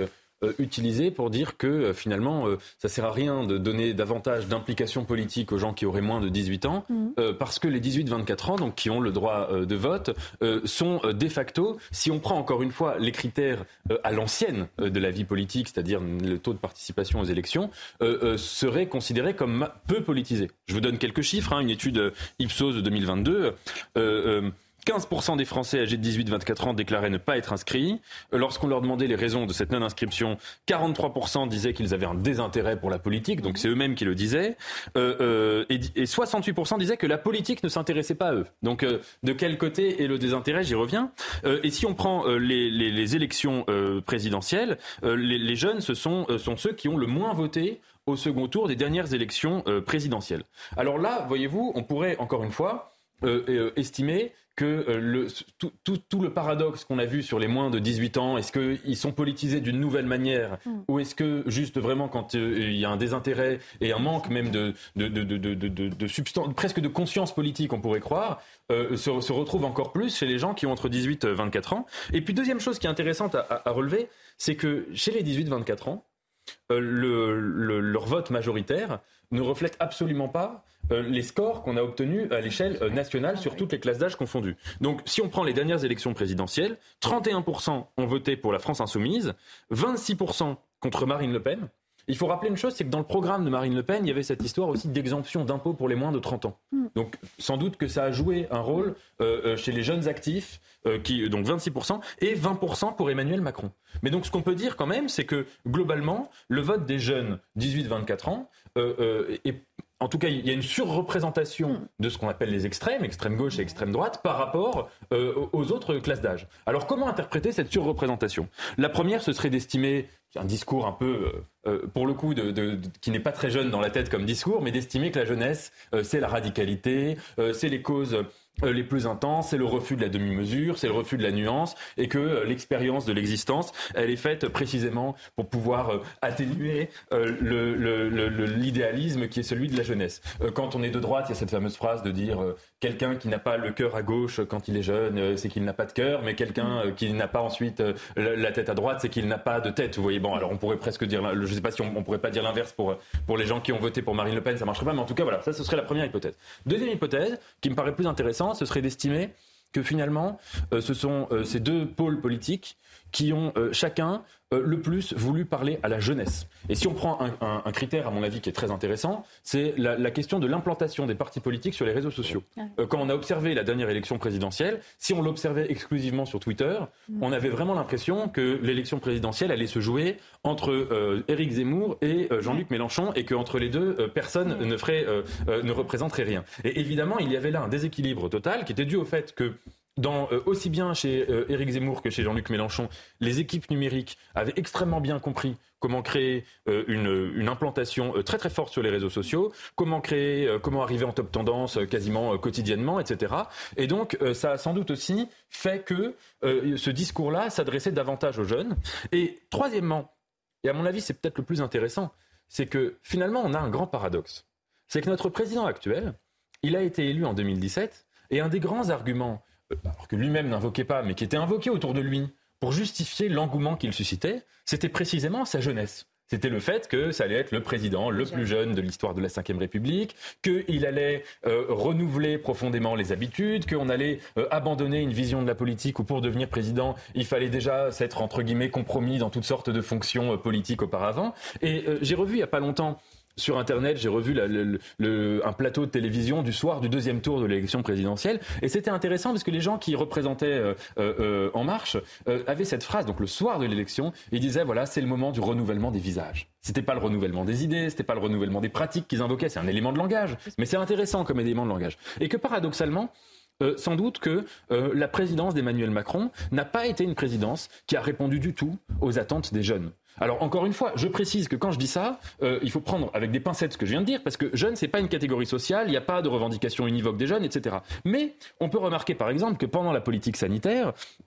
euh, utilisé pour dire que euh, finalement, euh, ça sert à rien de donner davantage d'implication politique aux gens qui auraient moins de dix-huit ans, mmh. euh, parce que les dix-huit vingt-quatre ans, donc qui ont le droit euh, de vote, euh, sont euh, de facto, si on prend encore une fois les critères euh, à l'ancienne euh, de la vie politique, c'est-à-dire le taux de participation aux élections, euh, euh, seraient considérés comme peu politisés. Je vous donne quelques chiffres, hein, une étude euh, Ipsos de deux mille vingt-deux. Euh, euh, quinze pour cent des Français âgés de dix-huit à vingt-quatre ans déclaraient ne pas être inscrits. Lorsqu'on leur demandait les raisons de cette non-inscription, quarante-trois pour cent disaient qu'ils avaient un désintérêt pour la politique, donc c'est eux-mêmes qui le disaient. Euh, euh, et, et soixante-huit pour cent disaient que la politique ne s'intéressait pas à eux. Donc euh, de quel côté est le désintérêt ? J'y reviens. Euh, et si on prend euh, les, les, les élections euh, présidentielles, euh, les, les jeunes, ce sont, euh, sont ceux qui ont le moins voté au second tour des dernières élections euh, présidentielles. Alors là, voyez-vous, on pourrait encore une fois euh, euh, estimer que euh, le, tout, tout, tout le paradoxe qu'on a vu sur les moins de dix-huit ans, est-ce qu'ils sont politisés d'une nouvelle manière mmh. ou est-ce que juste vraiment quand euh, il y a un désintérêt et un manque même de, de, de, de, de, de, de substance, presque de conscience politique, on pourrait croire, euh, se, se retrouve encore plus chez les gens qui ont entre dix-huit et vingt-quatre ans. Et puis deuxième chose qui est intéressante à, à, à relever, c'est que chez les dix-huit vingt-quatre ans, euh, le, le, leur vote majoritaire ne reflète absolument pas euh, les scores qu'on a obtenus à l'échelle euh, nationale sur toutes les classes d'âge confondues. Donc si on prend les dernières élections présidentielles, trente et un pour cent ont voté pour la France insoumise, vingt-six pour cent contre Marine Le Pen. Il faut rappeler une chose, c'est que dans le programme de Marine Le Pen, il y avait cette histoire aussi d'exemption d'impôts pour les moins de trente ans. Donc sans doute que ça a joué un rôle euh, chez les jeunes actifs, euh, qui, donc vingt-six pour cent, et vingt pour cent pour Emmanuel Macron. Mais donc ce qu'on peut dire quand même, c'est que globalement, le vote des jeunes dix-huit à vingt-quatre ans euh, euh, est... En tout cas, il y a une surreprésentation de ce qu'on appelle les extrêmes, extrême gauche et extrême droite, par rapport euh, aux autres classes d'âge. Alors, comment interpréter cette surreprésentation ? La première, ce serait d'estimer, c'est un discours un peu, euh, pour le coup, de, de, de, qui n'est pas très jeune dans la tête comme discours, mais d'estimer que la jeunesse, euh, c'est la radicalité, euh, c'est les causes euh, les plus intenses, c'est le refus de la demi-mesure, c'est le refus de la nuance, et que euh, l'expérience de l'existence, elle est faite précisément pour pouvoir euh, atténuer euh, le, le, le, l'idéalisme qui est celui de la jeunesse. Euh, quand on est de droite, il y a cette fameuse phrase de dire euh, quelqu'un qui n'a pas le cœur à gauche quand il est jeune, euh, c'est qu'il n'a pas de cœur, mais quelqu'un euh, qui n'a pas ensuite euh, la tête à droite, c'est qu'il n'a pas de tête. Vous voyez, bon, alors on pourrait presque dire, je ne sais pas si on, on pourrait pas dire l'inverse pour pour les gens qui ont voté pour Marine Le Pen, ça marcherait pas, mais en tout cas voilà, ça ce serait la première hypothèse. Deuxième hypothèse, qui me paraît plus intéressante, ce serait d'estimer que finalement, euh, ce sont euh, ces deux pôles politiques qui ont euh, chacun euh, le plus voulu parler à la jeunesse. Et si on prend un, un, un critère, à mon avis, qui est très intéressant, c'est la, la question de l'implantation des partis politiques sur les réseaux sociaux. Euh, quand on a observé la dernière élection présidentielle, si on l'observait exclusivement sur Twitter, on avait vraiment l'impression que l'élection présidentielle allait se jouer entre euh, Éric Zemmour et euh, Jean-Luc Mélenchon, et qu'entre les deux, euh, personne ne, ferait, euh, euh, ne représenterait rien. Et évidemment, il y avait là un déséquilibre total qui était dû au fait que Dans, euh, aussi bien chez euh, Éric Zemmour que chez Jean-Luc Mélenchon, les équipes numériques avaient extrêmement bien compris comment créer euh, une, une implantation euh, très très forte sur les réseaux sociaux, comment créer, euh, comment arriver en top tendance euh, quasiment euh, quotidiennement, et cetera. Et donc euh, ça a sans doute aussi fait que euh, ce discours-là s'adressait davantage aux jeunes. Et troisièmement, et à mon avis c'est peut-être le plus intéressant, c'est que finalement on a un grand paradoxe. C'est que notre président actuel, il a été élu en deux mille dix-sept, et un des grands arguments alors que lui-même n'invoquait pas, mais qui était invoqué autour de lui pour justifier l'engouement qu'il suscitait, c'était précisément sa jeunesse. C'était le fait que ça allait être le président le plus jeune de l'histoire de la cinquième République, qu'il allait euh, renouveler profondément les habitudes, qu'on allait euh, abandonner une vision de la politique où pour devenir président, il fallait déjà s'être entre guillemets compromis dans toutes sortes de fonctions euh, politiques auparavant. Et euh, j'ai revu il n'y a pas longtemps sur Internet, j'ai revu la, le, le, un plateau de télévision du soir du deuxième tour de l'élection présidentielle, et c'était intéressant parce que les gens qui représentaient euh, euh, En Marche euh, avaient cette phrase, donc le soir de l'élection, ils disaient voilà, c'est le moment du renouvellement des visages. C'était pas le renouvellement des idées, c'était pas le renouvellement des pratiques qu'ils invoquaient, c'est un élément de langage, mais c'est intéressant comme élément de langage. Et que paradoxalement, Euh, sans doute que euh, la présidence d'Emmanuel Macron n'a pas été une présidence qui a répondu du tout aux attentes des jeunes. Alors encore une fois, je précise que quand je dis ça, euh, il faut prendre avec des pincettes ce que je viens de dire, parce que jeune, c'est pas une catégorie sociale, il n'y a pas de revendication univoque des jeunes, et cetera. Mais on peut remarquer par exemple que pendant la politique sanitaire,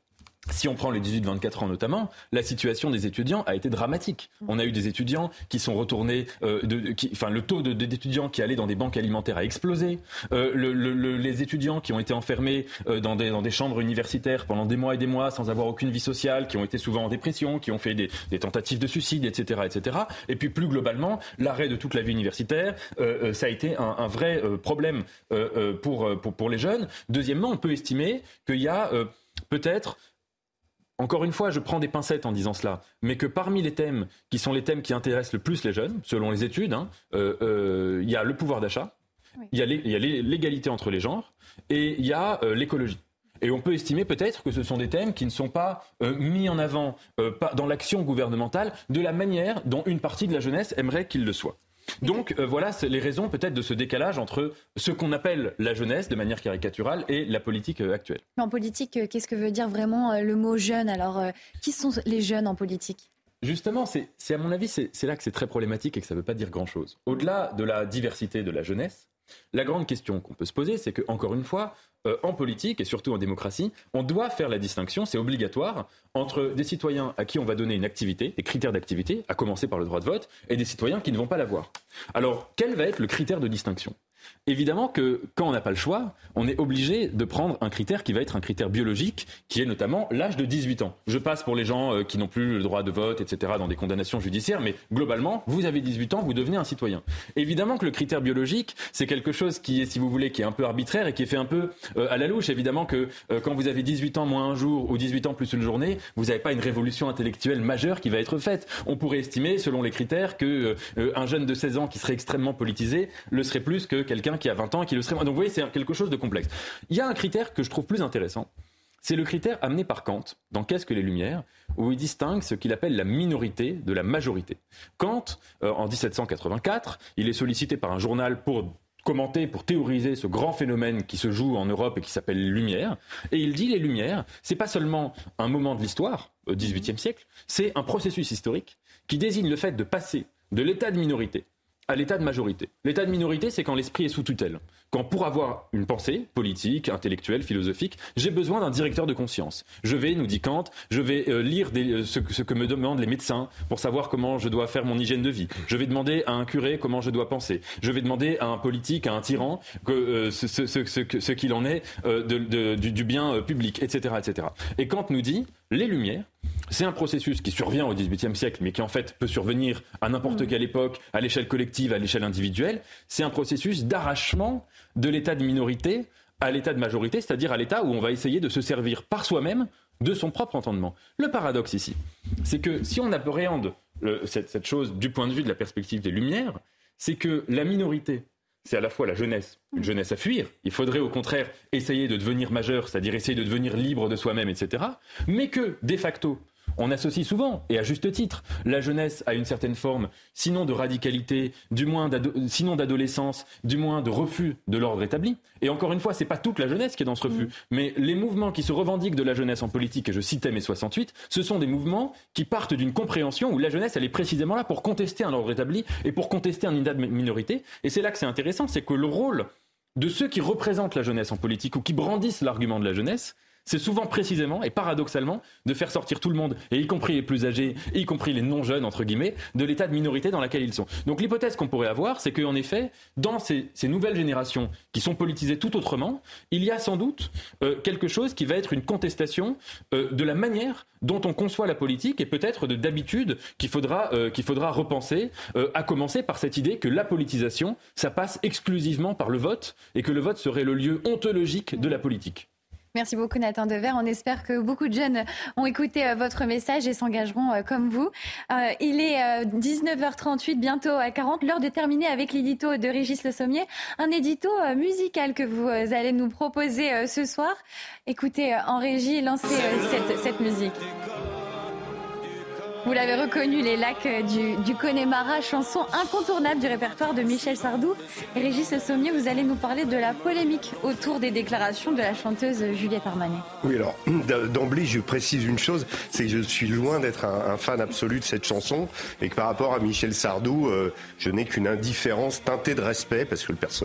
Si on prend les dix-huit vingt-quatre ans notamment, la situation des étudiants a été dramatique. On a eu des étudiants qui sont retournés, euh, de, qui, enfin le taux de, de, d'étudiants qui allaient dans des banques alimentaires a explosé. Euh, le, le, les étudiants qui ont été enfermés euh, dans, des, dans des chambres universitaires pendant des mois et des mois sans avoir aucune vie sociale, qui ont été souvent en dépression, qui ont fait des, des tentatives de suicide, et cetera, et cetera. Et puis plus globalement, l'arrêt de toute la vie universitaire, euh, ça a été un, un vrai euh, problème euh, pour, pour, pour les jeunes. Deuxièmement, on peut estimer qu'il y a euh, peut-être Encore une fois, je prends des pincettes en disant cela, mais que parmi les thèmes qui sont les thèmes qui intéressent le plus les jeunes, selon les études, hein, euh, euh, il y a le pouvoir d'achat, oui. il y a, les, il y a les, l'égalité entre les genres et il y a euh, l'écologie. Et on peut estimer peut-être que ce sont des thèmes qui ne sont pas euh, mis en avant euh, pas dans l'action gouvernementale de la manière dont une partie de la jeunesse aimerait qu'il le soit. Donc euh, voilà c'est les raisons peut-être de ce décalage entre ce qu'on appelle la jeunesse de manière caricaturale et la politique euh, actuelle. En politique, euh, qu'est-ce que veut dire vraiment euh, le mot jeune ? Alors, euh, qui sont les jeunes en politique ? Justement, c'est, c'est à mon avis, c'est, c'est là que c'est très problématique et que ça ne veut pas dire grand-chose. Au-delà de la diversité de la jeunesse, la grande question qu'on peut se poser, c'est que, encore une fois, euh, en politique et surtout en démocratie, on doit faire la distinction, c'est obligatoire, entre des citoyens à qui on va donner une activité, des critères d'activité, à commencer par le droit de vote, et des citoyens qui ne vont pas l'avoir. Alors, quel va être le critère de distinction ? Évidemment que quand on n'a pas le choix, on est obligé de prendre un critère qui va être un critère biologique, qui est notamment l'âge de dix-huit ans. Je passe pour les gens qui n'ont plus le droit de vote, et cetera, dans des condamnations judiciaires, mais globalement, vous avez dix-huit ans, vous devenez un citoyen. Évidemment que le critère biologique, c'est quelque chose qui est, si vous voulez, qui est un peu arbitraire et qui est fait un peu euh, à la louche. Évidemment que euh, quand vous avez dix-huit ans moins un jour ou dix-huit ans plus une journée, vous n'avez pas une révolution intellectuelle majeure qui va être faite. On pourrait estimer, selon les critères, que euh, un jeune de seize ans qui serait extrêmement politisé le serait plus que quelqu'un qui a vingt ans et qui le serait moins. Donc vous voyez, c'est quelque chose de complexe. Il y a un critère que je trouve plus intéressant. C'est le critère amené par Kant dans Qu'est-ce que les Lumières, où il distingue ce qu'il appelle la minorité de la majorité. Kant, euh, en dix-sept cent quatre-vingt-quatre, il est sollicité par un journal pour commenter, pour théoriser ce grand phénomène qui se joue en Europe et qui s'appelle les Lumières. Et il dit les Lumières, c'est pas seulement un moment de l'histoire, au dix-huitième siècle, c'est un processus historique qui désigne le fait de passer de l'état de minorité à l'état de majorité. L'état de minorité, c'est quand l'esprit est sous tutelle. Quand pour avoir une pensée politique, intellectuelle, philosophique, j'ai besoin d'un directeur de conscience. Je vais, nous dit Kant, je vais euh, lire des, euh, ce, ce que me demandent les médecins pour savoir comment je dois faire mon hygiène de vie. Je vais demander à un curé comment je dois penser. Je vais demander à un politique, à un tyran, que, euh, ce, ce, ce, ce, ce qu'il en est euh, de, de, du, du bien euh, public, et cetera, et cetera. Et Kant nous dit, les Lumières, c'est un processus qui survient au dix-huitième siècle, mais qui en fait peut survenir à n'importe mmh. quelle époque, à l'échelle collective, à l'échelle individuelle. C'est un processus d'arrachement de l'état de minorité à l'état de majorité, c'est-à-dire à l'état où on va essayer de se servir par soi-même de son propre entendement. Le paradoxe ici, c'est que si on appréhende le, cette, cette chose du point de vue de la perspective des Lumières, c'est que la minorité, c'est à la fois la jeunesse, une jeunesse à fuir. Il faudrait au contraire essayer de devenir majeur, c'est-à-dire essayer de devenir libre de soi-même, et cetera. Mais que, de facto, on associe souvent, et à juste titre, la jeunesse à une certaine forme, sinon de radicalité, du moins d'ado- sinon d'adolescence, du moins de refus de l'ordre établi. Et encore une fois, c'est pas toute la jeunesse qui est dans ce refus, mmh. mais les mouvements qui se revendiquent de la jeunesse en politique, et je citais mai soixante-huit, ce sont des mouvements qui partent d'une compréhension où la jeunesse, elle est précisément là pour contester un ordre établi et pour contester un état de minorité. Et c'est là que c'est intéressant, c'est que le rôle de ceux qui représentent la jeunesse en politique ou qui brandissent l'argument de la jeunesse, c'est souvent précisément et paradoxalement de faire sortir tout le monde, et y compris les plus âgés, y compris les non-jeunes, entre guillemets, de l'état de minorité dans lequel ils sont. Donc l'hypothèse qu'on pourrait avoir, c'est qu'en effet, dans ces, ces nouvelles générations qui sont politisées tout autrement, il y a sans doute euh, quelque chose qui va être une contestation euh, de la manière dont on conçoit la politique et peut-être de, d'habitude qu'il faudra, euh, qu'il faudra repenser, euh, à commencer par cette idée que la politisation, ça passe exclusivement par le vote et que le vote serait le lieu ontologique de la politique. Merci beaucoup Nathan Dever. On espère que beaucoup de jeunes ont écouté euh, votre message et s'engageront euh, comme vous. Euh, il est euh, dix-neuf heures trente-huit, bientôt à quarante, l'heure de terminer avec l'édito de Régis Le Sommier. Un édito euh, musical que vous euh, allez nous proposer euh, ce soir. Écoutez, euh, en régie, lancez euh, cette, cette musique. Vous l'avez reconnu, les lacs du, du Connemara, chanson incontournable du répertoire de Michel Sardou. Et Régis Le Sommier, vous allez nous parler de la polémique autour des déclarations de la chanteuse Juliette Armanet. Oui, alors d'emblée, je précise une chose, c'est que je suis loin d'être un, un fan absolu de cette chanson et que par rapport à Michel Sardou, euh, je n'ai qu'une indifférence teintée de respect parce que le personnage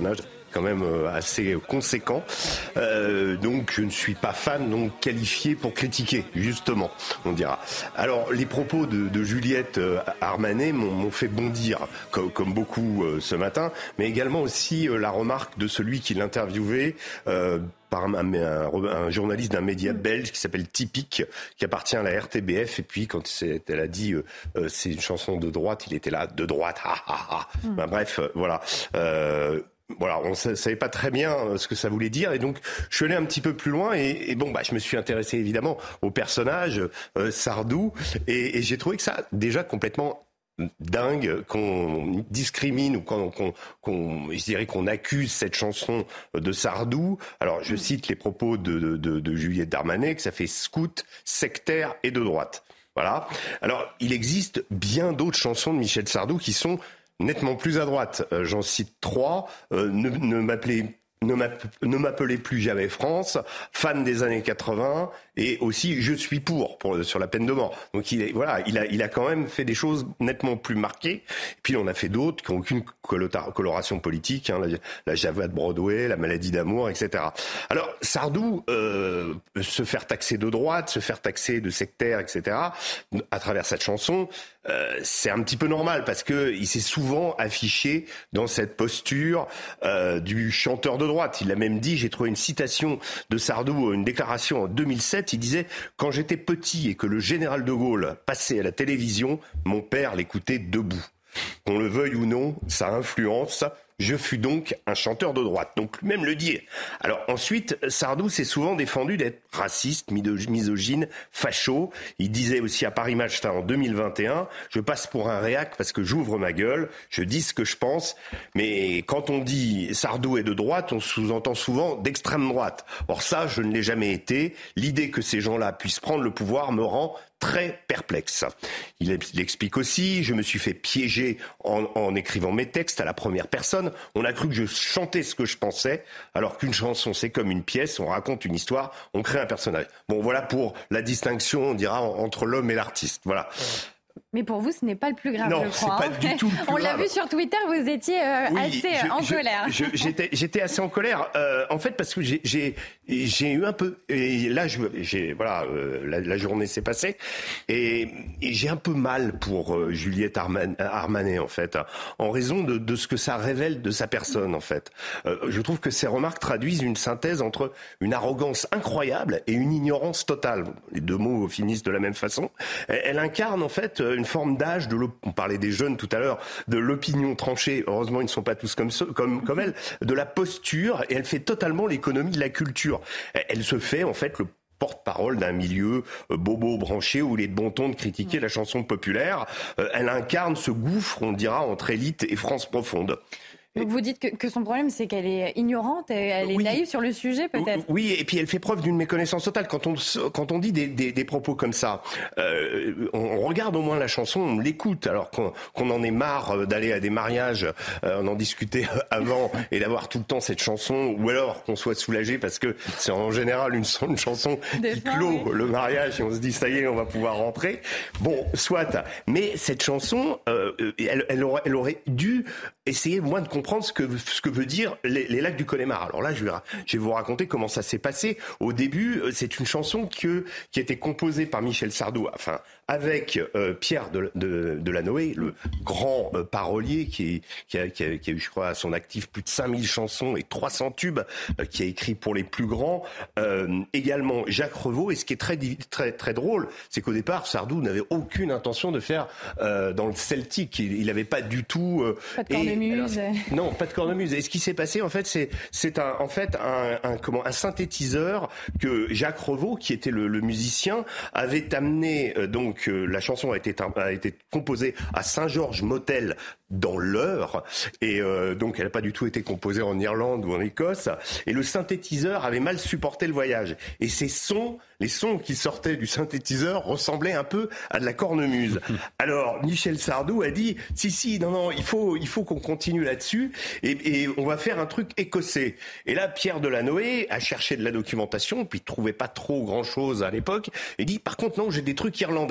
quand même assez conséquent. Euh, donc je ne suis pas fan, donc qualifié pour critiquer, justement, on dira. Alors les propos de, de Juliette Armanet m'ont, m'ont fait bondir, comme, comme beaucoup euh, ce matin, mais également aussi euh, la remarque de celui qui l'interviewait, euh, par un, un, un journaliste d'un média belge qui s'appelle Typique, qui appartient à la R T B F. Et puis, quand elle a dit euh, euh, c'est une chanson de droite, il était là, de droite, ha ha ha. Mm. Ben, bref, euh, voilà. Euh, Voilà, on ne savait pas très bien ce que ça voulait dire, et donc je suis allé un petit peu plus loin, et, et bon, bah, je me suis intéressé évidemment au personnage euh, Sardou, et, et j'ai trouvé que ça déjà complètement dingue qu'on discrimine ou qu'on, qu'on, qu'on, je dirais qu'on accuse cette chanson de Sardou. Alors, je cite les propos de, de, de, de Juliette Darmanin, que ça fait scout, sectaire et de droite. Voilà. Alors, il existe bien d'autres chansons de Michel Sardou qui sont nettement plus à droite. Euh, j'en cite trois. Euh, ne, ne m'appelez Ne, ne m'appelez plus jamais France, fan des années quatre-vingts, et aussi je suis pour, pour sur la peine de mort. Donc il est, voilà, il a, il a quand même fait des choses nettement plus marquées. Et puis on a fait d'autres qui n'ont aucune coloration politique, hein, la, la Java de Broadway, la maladie d'amour, et cetera. Alors Sardou, euh, se faire taxer de droite, se faire taxer de sectaire, et cetera, à travers cette chanson, euh, c'est un petit peu normal parce que il s'est souvent affiché dans cette posture euh, du chanteur de droite. Il l'a même dit, j'ai trouvé une citation de Sardou, une déclaration en deux mille sept, il disait « Quand j'étais petit et que le général de Gaulle passait à la télévision, mon père l'écoutait debout. Qu'on le veuille ou non, ça influence. Je fus donc un chanteur de droite. » Donc lui-même le dit. Alors ensuite, Sardou s'est souvent défendu d'être raciste, misogyne, facho. Il disait aussi à Paris Match en deux mille vingt et un, je passe pour un réac parce que j'ouvre ma gueule, je dis ce que je pense. Mais quand on dit Sardou est de droite, on sous-entend souvent d'extrême droite. Or ça, je ne l'ai jamais été. L'idée que ces gens-là puissent prendre le pouvoir me rend très perplexe. Il explique aussi, je me suis fait piéger en, en écrivant mes textes à la première personne. On a cru que je chantais ce que je pensais, alors qu'une chanson, c'est comme une pièce, on raconte une histoire, on crée un personnage. Bon, voilà pour la distinction, on dira, entre l'homme et l'artiste. Voilà. Mais pour vous, ce n'est pas le plus grave, non, je crois. Non, c'est pas du tout le plus On grave. l'a vu sur Twitter, vous étiez euh, oui, assez je, en je, colère. Je, j'étais, j'étais assez en colère, euh, en fait, parce que j'ai, j'ai, j'ai eu un peu... Et là, je, j'ai, voilà, euh, la, la journée s'est passée, et, et j'ai un peu mal pour euh, Juliette Arman, Armanet, en fait, hein, en raison de, de ce que ça révèle de sa personne, en fait. Euh, je trouve que ces remarques traduisent une synthèse entre une arrogance incroyable et une ignorance totale. Les deux mots finissent de la même façon. Elle, elle incarne, en fait, une forme d'âge, de on parlait des jeunes tout à l'heure, de l'opinion tranchée, heureusement ils ne sont pas tous comme, comme, comme elle, de la posture, et elle fait totalement l'économie de la culture. Elle se fait en fait le porte-parole d'un milieu euh, bobo branché où il est de bon ton de critiquer la chanson populaire. Euh, elle incarne ce gouffre, on dira, entre élite et France profonde. Donc vous dites que, que son problème, c'est qu'elle est ignorante, et elle est oui. naïve sur le sujet, peut-être. Oui, et puis elle fait preuve d'une méconnaissance totale. Quand on quand on dit des, des, des propos comme ça, euh, on regarde au moins la chanson, on l'écoute, alors qu'on, qu'on en est marre d'aller à des mariages, euh, on en discutait avant, et d'avoir tout le temps cette chanson, ou alors qu'on soit soulagé parce que c'est en général une, une chanson des qui fois, clôt oui. le mariage, et on se dit ça y est, on va pouvoir rentrer. Bon, soit. Mais cette chanson, euh, elle, elle, aurait, elle aurait dû essayer moins de comprendre ce que, ce que veut dire les, les lacs du Connemara. Alors là, je vais, je vais vous raconter comment ça s'est passé. Au début, c'est une chanson que, qui a été composée par Michel Sardou, enfin, avec euh, Pierre de, de, de Lanoë, le grand euh, parolier qui, qui, a, qui, a, qui a eu, je crois, à son actif plus de cinq mille chansons et trois cents tubes, euh, qui a écrit pour les plus grands. Euh, également Jacques Revaux. Et ce qui est très, très, très drôle, c'est qu'au départ, Sardou n'avait aucune intention de faire euh, dans le celtique. Il n'avait pas du tout... Euh, pas de cornemuse. Alors, non, pas de cornemuse. Et ce qui s'est passé, en fait, c'est, c'est un, en fait un, un, comment, un synthétiseur que Jacques Revaux, qui était le, le musicien, avait amené. Euh, donc, euh, la chanson a été, a été composée à Saint-Georges-Motel dans l'Eure, et euh, donc elle n'a pas du tout été composée en Irlande ou en Écosse. Et le synthétiseur avait mal supporté le voyage. Et ces sons, les sons qui sortaient du synthétiseur ressemblaient un peu à de la cornemuse. Alors Michel Sardou a dit si si non non il faut il faut qu'on continue là-dessus et, et on va faire un truc écossais. Et là Pierre de Lanoë a cherché de la documentation puis il trouvait pas trop grand chose à l'époque et dit par contre non j'ai des trucs irlandais.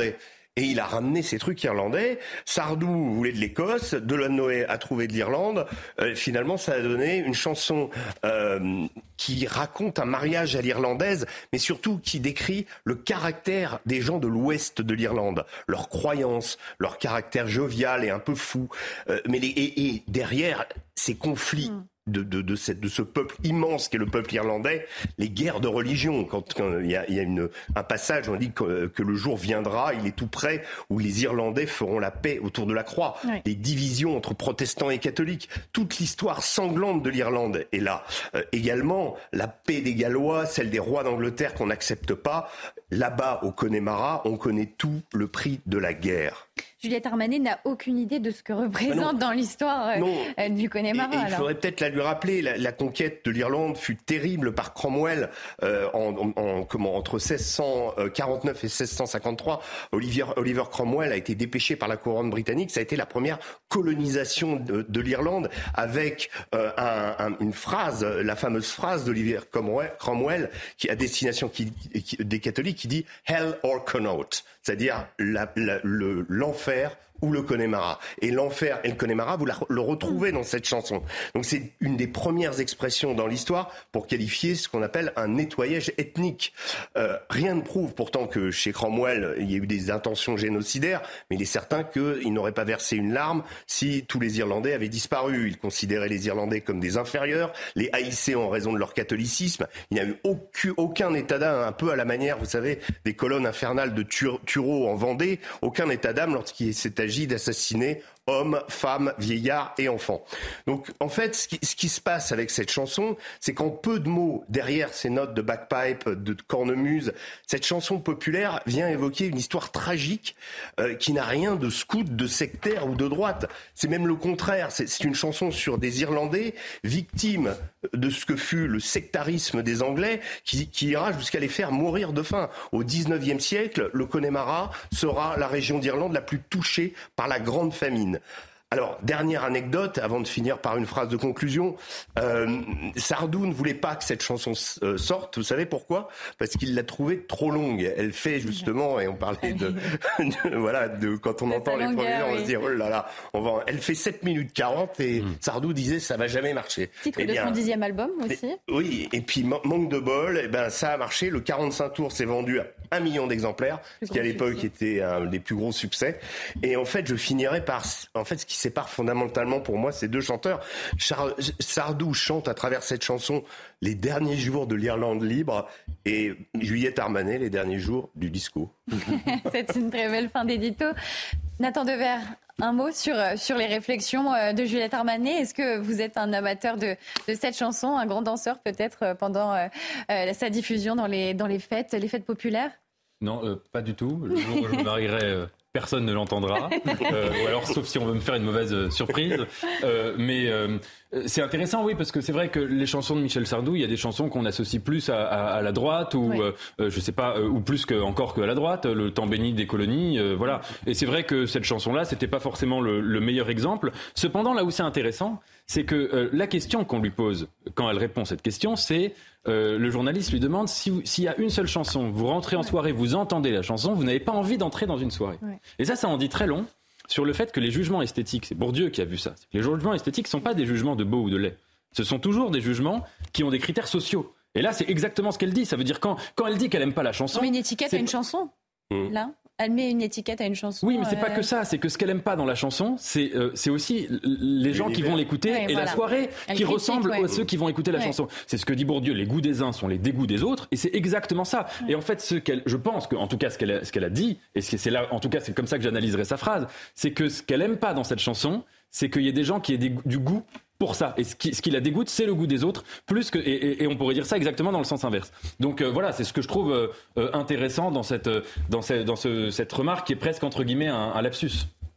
Et il a ramené ces trucs irlandais. Sardou voulait de l'Écosse, Delanoë a trouvé de l'Irlande. Euh, finalement, ça a donné une chanson euh, qui raconte un mariage à l'irlandaise, mais surtout qui décrit le caractère des gens de l'ouest de l'Irlande, leurs croyances, leur caractère jovial et un peu fou. Euh, mais les, et, et derrière ces conflits. Mmh. De, de, de, cette, de ce peuple immense qu'est le peuple irlandais, les guerres de religion. Quand il y a, y a une, un passage, on dit que, que le jour viendra, il est tout près, où les Irlandais feront la paix autour de la croix. Oui. Les divisions entre protestants et catholiques, toute l'histoire sanglante de l'Irlande est là. Euh, également, la paix des Gallois, celle des rois d'Angleterre qu'on n'accepte pas. Là-bas, au Connemara, on connaît tout le prix de la guerre. Juliette Armanet n'a aucune idée de ce que représente dans l'histoire euh, du Connemara. Et, et il faudrait peut-être la lui rappeler. La, la conquête de l'Irlande fut terrible par Cromwell euh, en, en, en, comment, entre seize cent quarante-neuf et seize cent cinquante-trois. Oliver, Oliver Cromwell a été dépêché par la couronne britannique. Ça a été la première colonisation de, de l'Irlande avec euh, un, un, une phrase, la fameuse phrase d'Oliver Cromwell, Cromwell qui à destination qui, qui, des catholiques qui dit « Hell or Connaught », c'est-à-dire la, la, le, l'enfer ou le Connemara. Et l'enfer et le Connemara, vous la, le retrouvez dans cette chanson. Donc c'est une des premières expressions dans l'histoire pour qualifier ce qu'on appelle un nettoyage ethnique. Euh, rien ne prouve pourtant que chez Cromwell, il y a eu des intentions génocidaires, mais il est certain qu'il n'aurait pas versé une larme si tous les Irlandais avaient disparu. Il considérait les Irlandais comme des inférieurs, les haïssait en raison de leur catholicisme. Il n'y a eu aucun, aucun état d'âme, un peu à la manière, vous savez, des colonnes infernales de Thureau en Vendée, aucun état d'âme lorsqu'il s'est agi d'assassiner hommes, femmes, vieillards et enfants. Donc en fait, ce qui, ce qui se passe avec cette chanson, c'est qu'en peu de mots, derrière ces notes de bagpipe, de cornemuse, cette chanson populaire vient évoquer une histoire tragique euh, qui n'a rien de scout, de sectaire ou de droite. C'est même le contraire. C'est, c'est une chanson sur des Irlandais victimes de ce que fut le sectarisme des Anglais qui, qui ira jusqu'à les faire mourir de faim. Au dix-neuvième siècle, le Connemara sera la région d'Irlande la plus touchée par la grande famine. Alors, dernière anecdote, avant de finir par une phrase de conclusion. Euh, Sardou ne voulait pas que cette chanson euh, sorte. Vous savez pourquoi ? Parce qu'il l'a trouvée trop longue. Elle fait justement, et on parlait de, de voilà, de quand on entend les premiers, on se dit oh là là, on va. Elle fait sept minutes quarante et mmh. Sardou disait ça va jamais marcher. Titre eh de bien, son dixième album aussi. Et, oui, et puis manque de bol, et eh ben ça a marché. Le quarante-cinq tours s'est vendu à un million d'exemplaires, ce qui à l'époque succès. était un des plus gros succès. Et en fait, je finirai par, en fait, ce qui sépare fondamentalement pour moi ces deux chanteurs. Char- Sardou chante à travers cette chanson les derniers jours de l'Irlande libre et Juliette Armanet les derniers jours du disco. C'est une très belle fin d'édito. Nathan Dever, un mot sur, sur les réflexions de Juliette Armanet. Est-ce que vous êtes un amateur de, de cette chanson, un grand danseur peut-être pendant euh, sa diffusion dans les, dans les fêtes, les fêtes populaires ? Non, euh, pas du tout. Le jour où je me marierai, euh, personne ne l'entendra. Euh, ou alors, sauf si on veut me faire une mauvaise euh, surprise. Euh, mais euh, c'est intéressant, oui, parce que c'est vrai que les chansons de Michel Sardou, il y a des chansons qu'on associe plus à, à, à la droite, ou oui. euh, je sais pas, euh, ou plus que, encore qu'à la droite, le temps béni des colonies, euh, voilà. Et c'est vrai que cette chanson-là, c'était pas forcément le, le meilleur exemple. Cependant, là où c'est intéressant, c'est que euh, la question qu'on lui pose quand elle répond cette question, c'est Euh, le journaliste lui demande si vous, s'il y a une seule chanson, vous rentrez en soirée, vous entendez la chanson, vous n'avez pas envie d'entrer dans une soirée. Ouais. Et ça, ça en dit très long sur le fait que les jugements esthétiques, c'est Bourdieu qui a vu ça, les jugements esthétiques ne sont pas des jugements de beau ou de laid. Ce sont toujours des jugements qui ont des critères sociaux. Et là, c'est exactement ce qu'elle dit. Ça veut dire quand, quand elle dit qu'elle n'aime pas la chanson... On met une étiquette à une chanson, mmh. là Elle met une étiquette à une chanson. Oui, mais c'est euh... pas que ça. C'est que ce qu'elle aime pas dans la chanson, c'est, euh, c'est aussi les gens qui vont l'écouter ouais, et voilà. la soirée elle qui critique, ressemble ouais. à ceux qui vont écouter la ouais. chanson. C'est ce que dit Bourdieu. Les goûts des uns sont les dégoûts des autres, et c'est exactement ça. Ouais. Et en fait, ce qu'elle, je pense que, en tout cas, ce qu'elle a, ce qu'elle a dit, et c'est là, en tout cas, c'est comme ça que j'analyserai sa phrase, c'est que ce qu'elle aime pas dans cette chanson, c'est qu'il y ait des gens qui aient des, du goût pour ça. Et ce qui, ce qui la dégoûte, c'est le goût des autres, plus que, et, et, et on pourrait dire ça exactement dans le sens inverse. Donc euh, voilà, c'est ce que je trouve euh, intéressant dans cette, dans, ce, dans ce, cette remarque qui est presque entre guillemets un, un lapsus.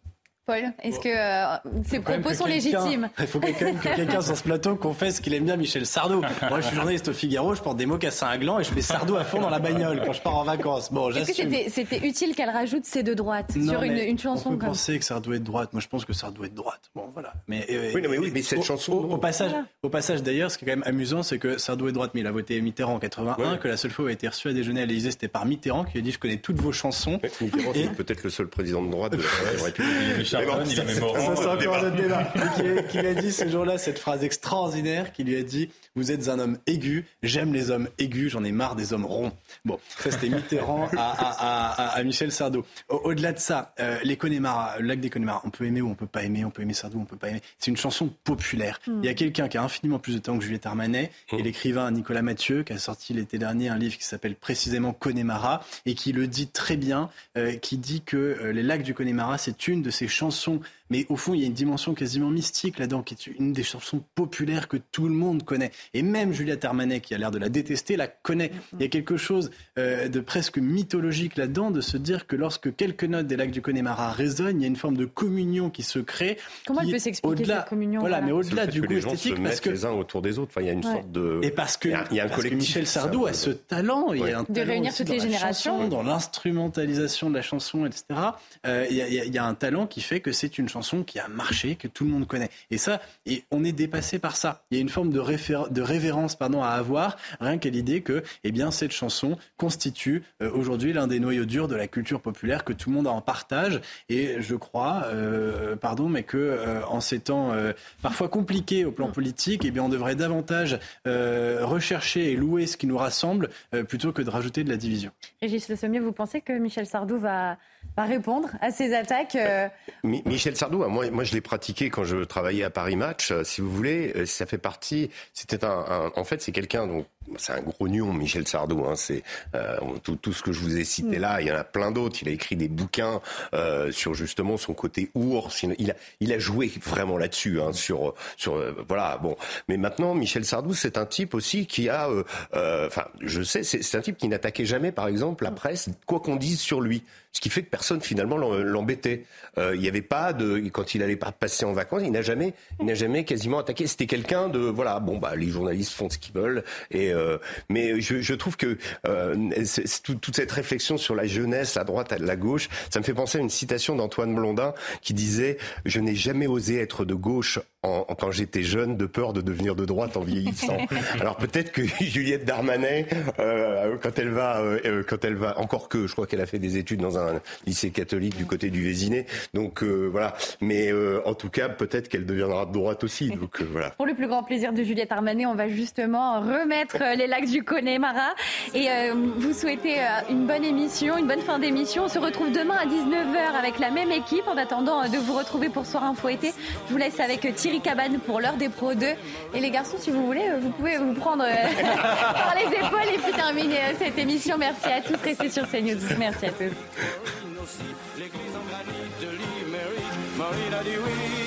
Paul, est-ce que euh, ces propos que sont légitimes? Il faut quand même que quelqu'un sur ce plateau confesse qu'il aime bien Michel Sardou. Moi, je suis journaliste au Figaro, je porte des mocassins à gland et je mets Sardou à fond dans la bagnole quand je pars en vacances. Bon, Est-ce j'assume. que c'était, c'était utile qu'elle rajoute ces deux droites non, sur une, une chanson on peut comme penser que Sardou est de droite. Moi, je pense que Sardou est de droite. Bon, voilà. Mais, euh, oui, non, mais oui, mais cette au, chanson. Au, au passage, voilà. au passage, d'ailleurs, ce qui est quand même amusant, c'est que Sardou est de droite, mais il a voté Mitterrand en quatre-vingt-un, ouais. que la seule fois où il a été reçu à déjeuner à l'Élysée, c'était par Mitterrand, qui lui a dit je connais toutes vos chansons. Ouais, Mitterrand, et... c'est peut-être le seul président de droite de la République. Charbonne, il est mémorant. Ça, c'est encore un autre débat. Qui, qui a dit ce jour-là cette phrase extraordinaire, qui lui a dit vous êtes un homme aigu, j'aime les hommes aigus, j'en ai marre des hommes ronds. Bon, ça c'était Mitterrand à, à, à, à Michel Sardou. Au, au-delà de ça, euh, les Connemara, le lac des Connemara, on peut aimer ou on peut pas aimer, on peut aimer Sardou, on peut pas aimer. C'est une chanson populaire. Mm. Il y a quelqu'un qui a infiniment plus de temps que Juliette Armanet, mm. et l'écrivain Nicolas Mathieu, qui a sorti l'été dernier un livre qui s'appelle précisément Connemara, et qui le dit très bien, euh, qui dit que euh, les lacs du Connemara, c'est une de ces chansons. Mais au fond, il y a une dimension quasiment mystique là-dedans, qui est une des chansons populaires que tout le monde connaît. Et même Juliette Armanet, qui a l'air de la détester, la connaît. Il y a quelque chose euh, de presque mythologique là-dedans, de se dire que lorsque quelques notes des lacs du Connemara résonnent, il y a une forme de communion qui se crée. Comment elle peut s'expliquer au-delà, cette communion? Voilà, voilà. mais au-delà du goût esthétique, parce que les uns autour des autres, enfin, il y a une ouais. sorte de. Et parce que, il y a, il y a un parce collectif, que Michel Sardou a ce talent, ouais. il y a un de talent réunir toutes les générations, chanson, dans l'instrumentalisation de la chanson, et cetera. Euh, il, y a, il y a un talent qui fait que c'est une chanson qui a marché, que tout le monde connaît. Et ça, et on est dépassé par ça. Il y a une forme de, réfé- de révérence pardon, à avoir, rien qu'à l'idée que eh bien, cette chanson constitue euh, aujourd'hui l'un des noyaux durs de la culture populaire, que tout le monde en partage. Et je crois, euh, pardon, mais que euh, en ces temps euh, parfois compliqués au plan politique, eh bien, on devrait davantage euh, rechercher et louer ce qui nous rassemble euh, plutôt que de rajouter de la division. Régis Le Sommier, vous pensez que Michel Sardou va, va répondre à ces attaques euh... Michel Sardou, moi, moi je l'ai pratiqué quand je travaillais à Paris Match, si vous voulez. Ça fait partie. C'était un, un en fait, c'est quelqu'un dont c'est un grognon, Michel Sardou. Hein, c'est euh, tout, tout ce que je vous ai cité là. Il y en a plein d'autres. Il a écrit des bouquins euh, sur justement son côté ours. Il a, il a joué vraiment là-dessus. Hein, sur, sur euh, voilà. Bon, mais maintenant, Michel Sardou, c'est un type aussi qui a. Enfin, euh, je sais, c'est, c'est un type qui n'attaquait jamais, par exemple, la presse, quoi qu'on dise sur lui. Ce qui fait que personne finalement l'embêtait. Euh, il n'y avait pas de, quand il allait passer en vacances, il n'a jamais, il n'a jamais quasiment attaqué. C'était quelqu'un de, voilà, bon bah les journalistes font ce qu'ils veulent. Et euh, mais je, je trouve que euh, c'est, c'est tout, toute cette réflexion sur la jeunesse, la droite, la gauche, ça me fait penser à une citation d'Antoine Blondin qui disait: je n'ai jamais osé être de gauche en, en, quand j'étais jeune, de peur de devenir de droite en vieillissant. Alors peut-être que Juliette Darmanin, euh, quand elle va, euh, quand elle va, encore que, je crois qu'elle a fait des études dans un un lycée catholique du côté du Vésinet. Donc euh, voilà. Mais euh, en tout cas, peut-être qu'elle deviendra de droite aussi. Donc euh, voilà. Pour le plus grand plaisir de Juliette Armanet, on va justement remettre les lacs du Connemara. Et euh, vous souhaitez euh, une bonne émission, une bonne fin d'émission. On se retrouve demain à dix-neuf heures avec la même équipe. En attendant de vous retrouver pour Soir Info Été, je vous laisse avec Thierry Cabane pour l'heure des Pro deux. Et les garçons, si vous voulez, vous pouvez vous prendre euh, par les épaules et puis terminer euh, cette émission. Merci à tous. Restez sur CNews. Merci à tous. L'église en granit de l'Imérique, Marina dit oui.